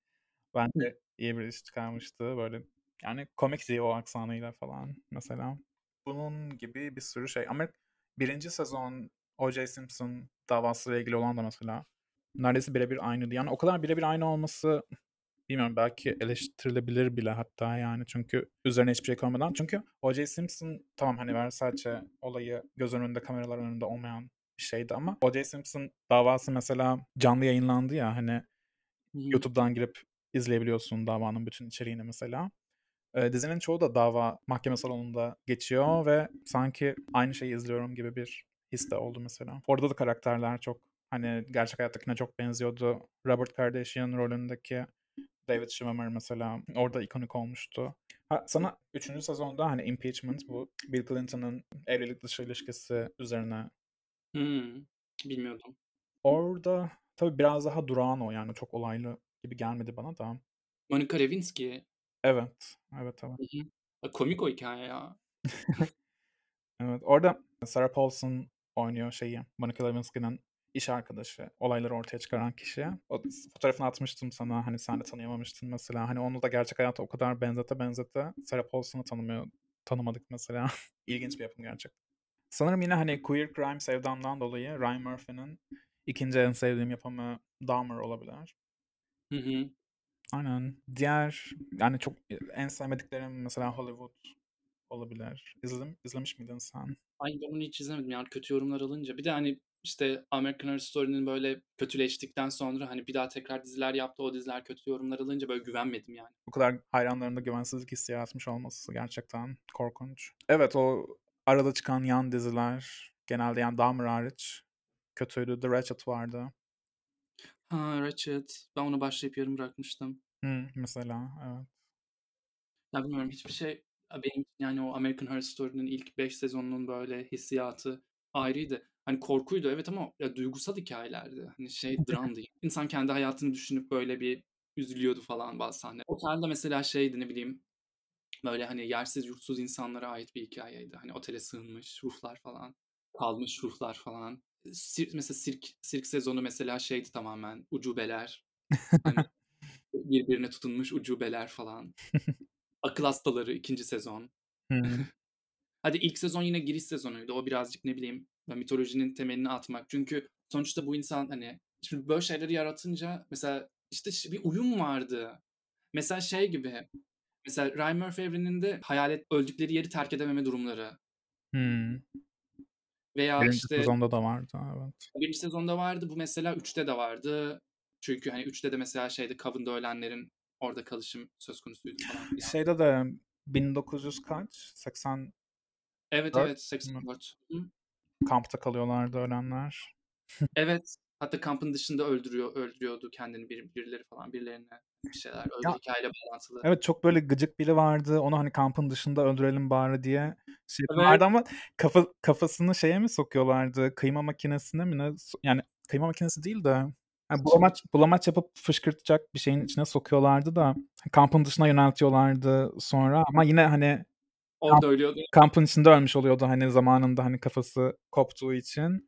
Hı. bence iyi bir iş çıkarmıştı. Böyle yani komikti o aksanıyla falan mesela. Bunun gibi bir sürü şey. Ama birinci sezon O.J. Simpson davasıyla ilgili olan da mesela neredeyse birebir aynıydı. Yani o kadar birebir aynı olması bilmiyorum belki eleştirilebilir bile hatta yani çünkü üzerine hiçbir şey koymadan. Çünkü O.J. Simpson tamam hani Versace olayı göz önünde kameralar önünde olmayan bir şeydi ama O.J. Simpson davası mesela canlı yayınlandı ya hani Hı hı. YouTube'dan girip izleyebiliyorsun davanın bütün içeriğini mesela. Dizinin çoğu da dava mahkeme salonunda geçiyor ve sanki aynı şeyi izliyorum gibi bir his de oldu mesela. Orada da karakterler çok hani gerçek hayattakine çok benziyordu. Robert Kardashian rolündeki David Schwimmer mesela orada ikonik olmuştu. Ha, sana üçüncü sezonda hani impeachment bu Bill Clinton'ın evlilik dışı ilişkisi üzerine. Hımm. Bilmiyordum. Orada tabii biraz daha durağan o yani çok olaylı gibi gelmedi bana da. Monica Lewinsky. Evet, evet, evet. Hı hı. Komik o hikâye ya. Evet, orada Sarah Paulson oynuyor şeyi, Monica Lewinsky'nin iş arkadaşı, olayları ortaya çıkaran kişi. O fotoğrafını atmıştım sana, hani sen de tanıyamamıştın mesela. Hani onu da gerçek hayata o kadar benzete Sarah Paulson'u tanımadık mesela. İlginç bir yapım gerçekten. Sanırım yine hani queer crime sevdamdan dolayı Ryan Murphy'nin ikinci en sevdiğim yapımı Dahmer olabilir. Hı hı. Aynen. Diğer yani çok en sevmediklerim mesela Hollywood olabilir. İzlemiş miydin sen? Ay, ben onu hiç izlemedim yani kötü yorumlar alınca. Bir de, hani, işte, American Horror Story'nin böyle kötüleştikten sonra, hani, bir daha tekrar diziler yaptı, o diziler kötü yorumlar alınca böyle güvenmedim yani. Bu kadar hayranlarında güvensizlik hissi yaratmış olması gerçekten korkunç. Evet, o arada çıkan yan diziler genelde yani Dahmer hariç kötüydü. The Ratched vardı. Ha, Ratched. Ben ona başlayıp yarım bırakmıştım. Mesela evet. Ya, bilmiyorum hiçbir şey, benim için yani o American Horror Story'nin ilk 5 sezonunun böyle hissiyatı ayrıydı. Hani korkuydu evet ama ya duygusal hikâyelerdi. Hani şey dram değil. İnsan kendi hayatını düşünüp böyle bir üzülüyordu falan bazı sahneler. Otelde mesela şeydi, ne bileyim, böyle, hani, yersiz yurtsuz insanlara ait bir hikâyeydi. Hani, otele sığınmış ruhlar falan, kalmış ruhlar falan. Mesela sirk sezonu mesela şeydi tamamen, ucubeler, hani, birbirine tutunmuş ucubeler falan. Akıl Hastaları ikinci sezon. Hıı. Hadi ilk sezon yine giriş sezonuydu. O birazcık, ne bileyim, mitolojinin temelini atmak. Çünkü sonuçta bu insan, hani, şimdi böyle şeyleri yaratınca mesela, işte, bir uyum vardı. Mesela şey gibi, mesela Ryan Murphy evreninde hayalet öldükleri yeri terk edememe durumları Hıı. veya, 1. işte, sezonda da vardı, evet. 1. sezonda vardı, bu mesela 3'te de vardı. Çünkü, hani, 3'te de mesela şeyde, Coven'da ölenlerin orada kalışım söz konusuydu falan filan. Şeyde de 1900 kaç? 84 Evet, evet, mü? 84. Hı. Kampta kalıyorlardı ölenler. Evet. Hatta kampın dışında öldürüyordu kendini birileri falan, birilerine bir şeyler. Öyle Ya, hikâyeyle bağlantılı. evet, çok böyle gıcık biri vardı. Onu, hani, kampın dışında öldürelim bari diye şey Evet. yapıyorlardı ama kafasını şeye mi sokuyorlardı, kıyma makinesine mi ne yani kıyma makinesi değil de, hani, Şimdi bulamaç yapıp fışkırtacak bir şeyin içine sokuyorlardı da kampın dışına yöneltiyorlardı sonra ama yine, hani, kamp orada ölüyordu. kampın içinde ölmüş oluyordu, hani, zamanında, hani, kafası koptuğu için.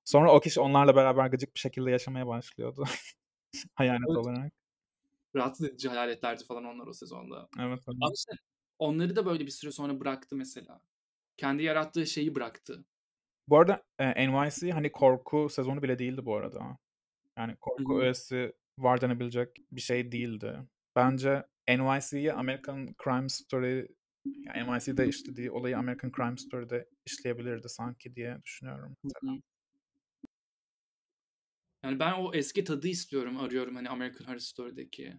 Sonra o kişi onlarla beraber gıcık bir şekilde yaşamaya başlıyordu hayalet Evet, olarak. rahatsız edici hayaletlerdi falan onlar o sezonda. Evet, evet. Ama işte onları da böyle bir süre sonra bıraktı mesela. Kendi yarattığı şeyi bıraktı. Bu arada, NYC, hani, korku sezonu bile değildi bu arada. Yani Hı korku hı. öğesi var denebilecek bir şey değildi. Bence NYC'yi American Crime Story, ya, NYC'de işlediği olayı American Crime Story'de işleyebilirdi sanki diye düşünüyorum Hı mesela. hı. Yani ben o eski tadı istiyorum, arıyorum hani American Horror Story'deki.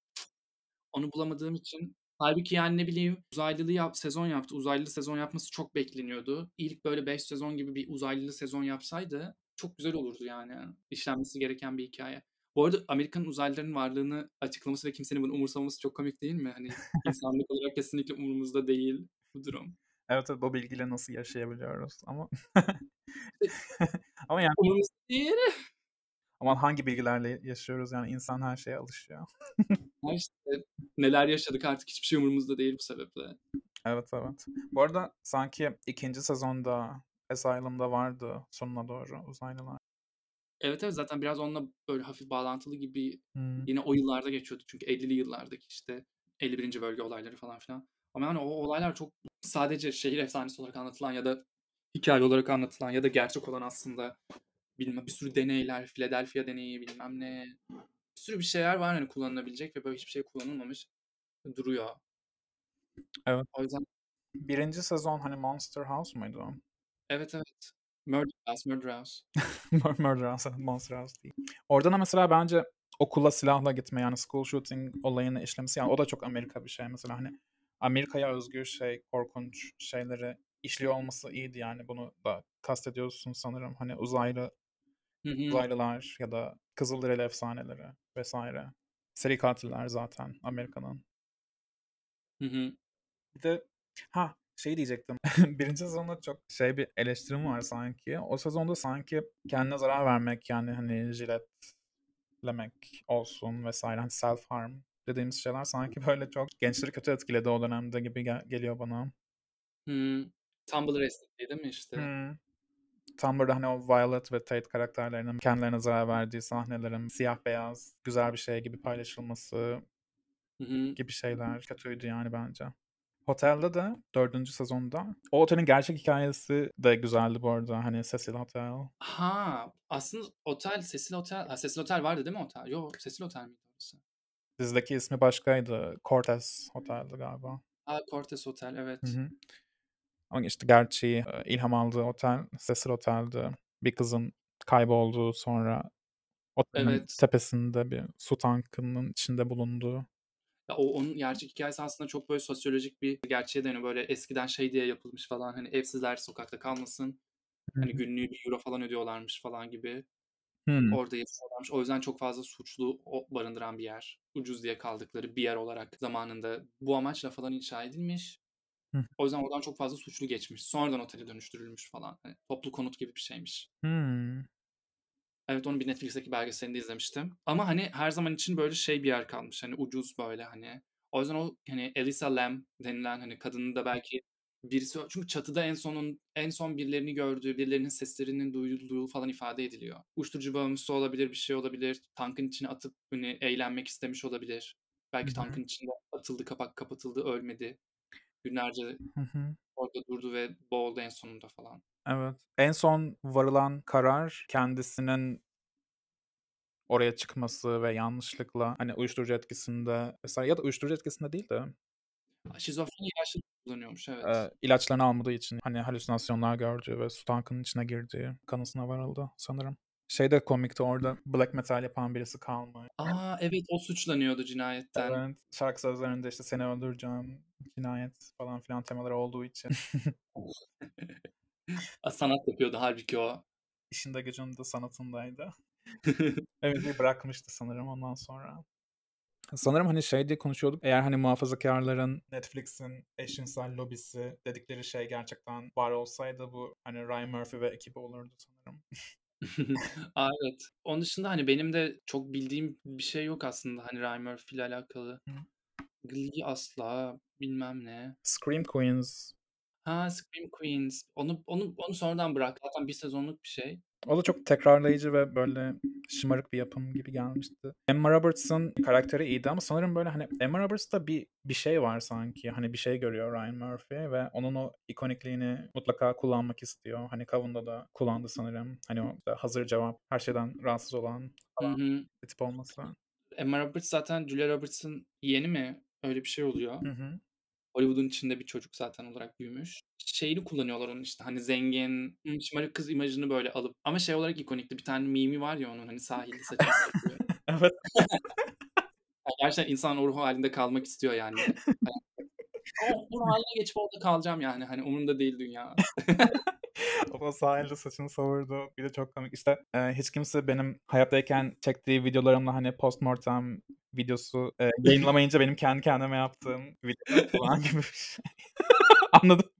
Onu bulamadığım için hâlbuki yani, ne bileyim, uzaylılı sezon yaptı. Uzaylılı sezon yapması çok bekleniyordu. İlk böyle 5 sezon gibi bir uzaylılı sezon yapsaydı çok güzel olurdu yani. İşlenmesi gereken bir hikâye. Bu arada Amerika'nın uzaylıların varlığını açıklaması ve kimsenin bunu umursamaması çok komik değil mi? Hani, insanlık olarak kesinlikle umurumuzda değil bu durum. Evet, evet, o bilgiyle nasıl yaşayabiliyoruz ama İşte ama yani umurumuzda değil. aman hangi bilgilerle yaşıyoruz yani insan her şeye alışıyor. Ama işte neler yaşadık artık hiçbir şey umurumuzda değil bu sebeple. Evet, evet. Bu arada sanki ikinci sezonda Asylum'da vardı sonuna doğru uzaylılar. Evet, evet, zaten biraz onunla böyle hafif bağlantılı gibi Hımm. yine o yıllarda geçiyordu çünkü 50'li yıllardaki işte 51. bölge olayları falan filan. Ama yani o olaylar çok sadece şehir efsanesi olarak anlatılan ya da hikâye olarak anlatılan ya da gerçek olan aslında bilmem bir sürü deneyler, Philadelphia deneyi bilmem ne, bir sürü bir şeyler var hani kullanılabilecek ve böyle hiçbir şey kullanılmamış duruyor. Evet. O yüzden 1. sezon, hani, Monster House muydu? evet, evet. Murder House, Murder House. Murder House, evet, Monster House değil. Orada da mesela bence okula silahla gitme, yani school shooting olayını işlemesi, yani o da çok Amerika bir şey mesela, hani, Amerika'ya özgü şey, korkunç şeyleri işliyor olması iyiydi yani. Bunu da kastediyorsun sanırım. Hani Hı hı. uzaylılar ya da Kızılderili efsaneleri vs. Seri katiller zaten Amerika'nın. Hı hı. Bir de şey diyecektim. 1. sezonda çok şey bir eleştirim var sanki. O sezonda sanki kendine zarar vermek, yani, hani, jiletlemek olsun vesaire, hani, self harm dediğimiz şeyler sanki böyle çok gençleri kötü etkiledi o dönemde gibi geliyor bana. Hıı. Tumblr estetiği değil mi işte? Hımm. Tam böyle, hani, o Violet ve Tate karakterlerinin kendilerine zarar verdiği sahnelerin siyah beyaz, güzel bir şey gibi paylaşılması Hı hı. gibi şeyler kötüydü yani bence. Hotel'de de 4. sezonda o otelin gerçek hikâyesi de güzeldi bu arada. Hani Cecil Hotel. Ha, aslında otel, Cecil Otel Cecil Otel vardı değil mi otel? Yo, Cecil Otel miydi orası? Dizideki ismi başkaydı. Cortez Hotel'di galiba. A, Cortez Otel, Hı evet. hı. Ama işte gerçeği, ilham aldığı otel Cecil Hotel'di. Bir kızın kaybolduğu, sonra otelin Evet. tepesinde bir su tankının içinde bulunduğu. Ya, onun gerçek hikâyesi aslında çok böyle sosyolojik bir gerçeğe dayanıyor. Böyle eskiden şey diye yapılmış falan, hani, evsizler sokakta kalmasın, Hı hani, hı. günlüğü €1 falan ödüyorlarmış falan gibi. Hımm. Orada yaşıyorlarmış. O yüzden çok fazla suçlu barındıran bir yer. Ucuz diye kaldıkları bir yer olarak zamanında bu amaçla falan inşa edilmiş. Hı hı. O yüzden oradan çok fazla suçlu geçmiş. Sonradan otele dönüştürülmüş falan. Hani, toplu konut gibi bir şeymiş. Hımm. Evet, onun bir Netflix'teki belgeselini de izlemiştim. Ama, hani, her zaman için böyle şey bir yer kalmış, hani, ucuz böyle, hani. O yüzden o, hani, Elisa Lam denilen, hani, kadının da belki birisi çünkü çatıda en son birilerini gördüğü, birilerinin seslerinin duyulduğu falan ifade ediliyor. Uyuşturucu bağımlısı olabilir, bir şey olabilir. Tankın içine atıp, hani, eğlenmek istemiş olabilir. Hı Belki hı. tankın içinde atıldı, kapak kapatıldı, ölmedi. Günlerce Hı hı. orada durdu ve boğuldu en sonunda falan. Evet. En son varılan karar kendisinin oraya çıkması ve yanlışlıkla, hani, uyuşturucu etkisinde vs. ya da uyuşturucu etkisinde değil de, Şizofreni ilaçları kullanıyormuş, evet. ilaçlarını almadığı için, hani, halüsinasyonlar gördüğü ve su tankının içine girdiği kanısına varıldı sanırım. Şey de komikti orada, black metal yapan birisi kalmış. A! Evet, o suçlanıyordu cinayetten. Evet, şarkı sözlerinde, işte, "Seni öldüreceğim", cinayet falan filan temaları olduğu için Sanat yapıyordu hâlbuki o. işinde gücünde sanatındaydı. Ve müziği bırakmıştı sanırım ondan sonra. Sanırım, hani, şey diye konuşuyorduk, eğer, hani, muhafazakârların Netflix'in eşcinsel lobisi dedikleri şey gerçekten var olsaydı bu, hani, Ryan Murphy ve ekibi olurdu sanırım. A, evet. Onun dışında, hani, benim de çok bildiğim bir şey yok aslında, hani, Ryan Murphy ile alakalı. Hı. Glee asla, bilmem ne. Scream Queens. Ha, Scream Queens. Onu sonradan bıraktı. Zaten bir sezonluk bir şey. O da çok tekrarlayıcı ve böyle şımarık bir yapım gibi gelmişti. Emma Roberts'ın karakteri iyiydi ama sanırım böyle, hani, Emma Roberts'ta bir şey var sanki. Hani, bir şey görüyor Ryan Murphy ve onun o ikonikliğini mutlaka kullanmak istiyor. Hani, Kavun'da da kullandı sanırım. Hani, o işte hazır cevap, her şeyden rahatsız olan Hı hı. bir tip olması. Emma Roberts zaten Julia Roberts'ın yeğeni mi? Öyle bir şey oluyor. Hı hı. Hollywood'un içinde bir çocuk zaten olarak büyümüş. Şeyini kullanıyorlar onun işte, hani, zengin, şımarık kız imajını böyle alıp ama şey olarak ikonikti. Bir tane mim'i var ya onun, hani, sahilde saçını savuruyor. Evet. Ya, gerçekten insan o ruh hâlinde kalmak istiyor yani. O ruh hâline geçip orada kalacağım yani. Hani, umurumda değil dünya. O sahilde saçını savurdu. Bir de çok komik. İşte, hiç kimse benim hayattayken çektiği videolarımla, hani, postmortem videosu, yayınlamayınca benim kendi kendime yaptığım videolar falan gibi bir şey. Anladın?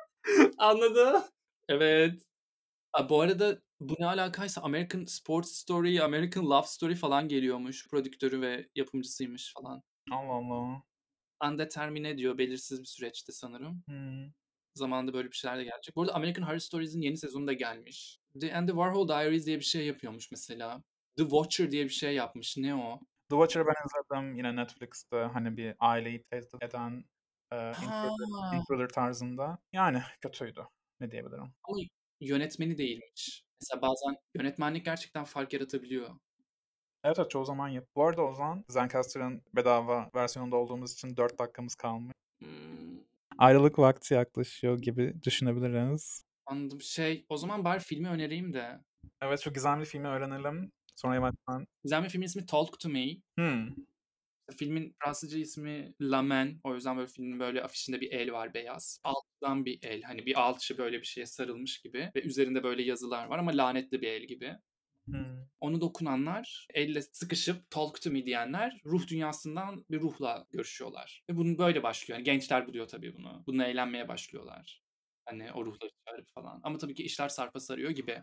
Anladım. Evet. A, bu arada bu ne alakaysa American Sports Story, American Love Story falan geliyormuş. Prodüktörü ve yapımcısıymış falan. Allah Allah. Undetermine diyor, belirsiz bir süreçte sanırım. Hımm. Zamanında böyle bir şeyler de gelecek. Bu arada American Horror Stories'in yeni sezonu da gelmiş. The Warhol Diaries diye bir şey yapıyormuş mesela. The Watcher diye bir şey yapmış. Ne o? The Watcher'ı ben izledim. Yine Netflix'te, hani, bir aileyi tehdit eden, intruder Ha! intruder tarzında. Yani kötüydü. Ne diyebilirim? Ama yönetmeni değilmiş. Mesela bazen yönetmenlik gerçekten fark yaratabiliyor. Evet, evet, çoğu zaman Bu arada Ozan, Zencastr'ın bedava versiyonunda olduğumuz için 4 dakikamız kalmış. Hımm, Ayrılık vakti yaklaşıyor gibi düşünebiliriz. anladım. Şey, o zaman bari filmi önereyim de. Evet, şu gizemli filmi öğrenelim. Sonra yavaştan. Gizemli filmin ismi Talk to Me. Hımm. Filmin Fransızca ismi La Main. O yüzden böyle filmin böyle afişinde bir el var beyaz. Alttan bir el. Hani bir alçı böyle bir şeye sarılmış gibi ve üzerinde böyle yazılar var ama lanetli bir el gibi. Hımm. Onu dokunanlar, elle sıkışıp "Talk to me" diyenler ruh dünyasından bir ruhla görüşüyorlar ve bunun böyle başlıyor. Yani gençler buluyor tabii bunu. Bununla eğlenmeye başlıyorlar. Hani o ruhları çağırıp falan ama tabii ki işler sarpa sarıyor gibi.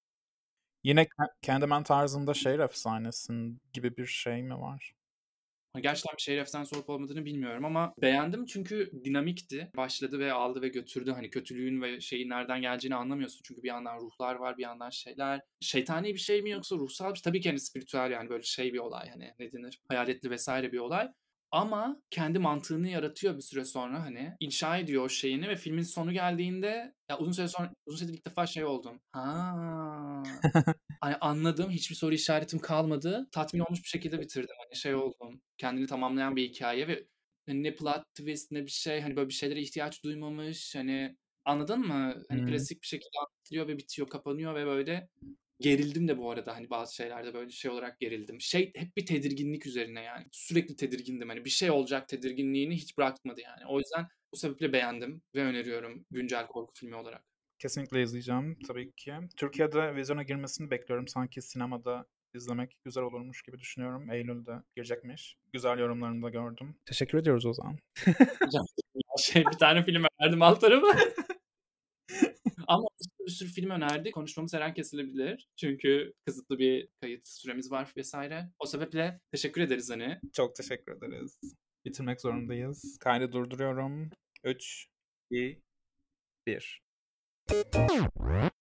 Yine Candyman tarzında şehir efsanesin gibi bir şey mi var? Gerçekten bir şehir efsanesi olup olmadığını bilmiyorum ama beğendim çünkü dinamikti. Başladı ve aldı ve götürdü. Hani kötülüğün ve şeyin nereden geleceğini anlamıyorsun. Çünkü bir yandan ruhlar var, bir yandan şeyler. Şeytani bir şey mi yoksa ruhsal bir şey? Tabii ki hani spiritüel yani böyle şey bir olay hani ne denir? Hayaletli vesaire bir olay. Ama kendi mantığını yaratıyor bir süre sonra hani. İnşa ediyor o şeyini ve filmin sonu geldiğinde ya uzun süredir ilk defa şey oldum. Ha. Hani, anladım, hiçbir soru işaretim kalmadı. Tatmin olmuş bir şekilde bitirdim. Hani, şey oldum, kendini tamamlayan bir hikâye ve, hani, ne plot twist ne bir şey, hani, böyle bir şeylere ihtiyaç duymamış, hani, anladın mı? Hani, Hımm. klasik bir şekilde anlatılıyor ve bitiyor, kapanıyor ve böyle gerildim de bu arada, hani, bazı şeylerde böyle şey olarak gerildim. Şey, hep bir tedirginlik üzerine yani. Sürekli tedirgindim. Hani, bir şey olacak tedirginliğini hiç bırakmadı yani. O yüzden bu sebeple beğendim ve öneriyorum güncel korku filmi olarak. Kesinlikle izleyeceğim tabii ki. Türkiye'de vizyona girmesini bekliyorum. Sanki sinemada izlemek güzel olurmuş gibi düşünüyorum. Eylül'de girecekmiş. Güzel yorumlarını da gördüm. Teşekkür ediyoruz o zaman. Şey, bir tane film önerdim alt tarafa. Ama bir sürü film önerdi. Konuşmamız her an kesilebilir. Çünkü kısıtlı bir kayıt süremiz var vs. O sebeple teşekkür ederiz hani. Çok teşekkür ederiz. Bitirmek zorundayız. Kaydı durduruyorum. 3, 2, 1.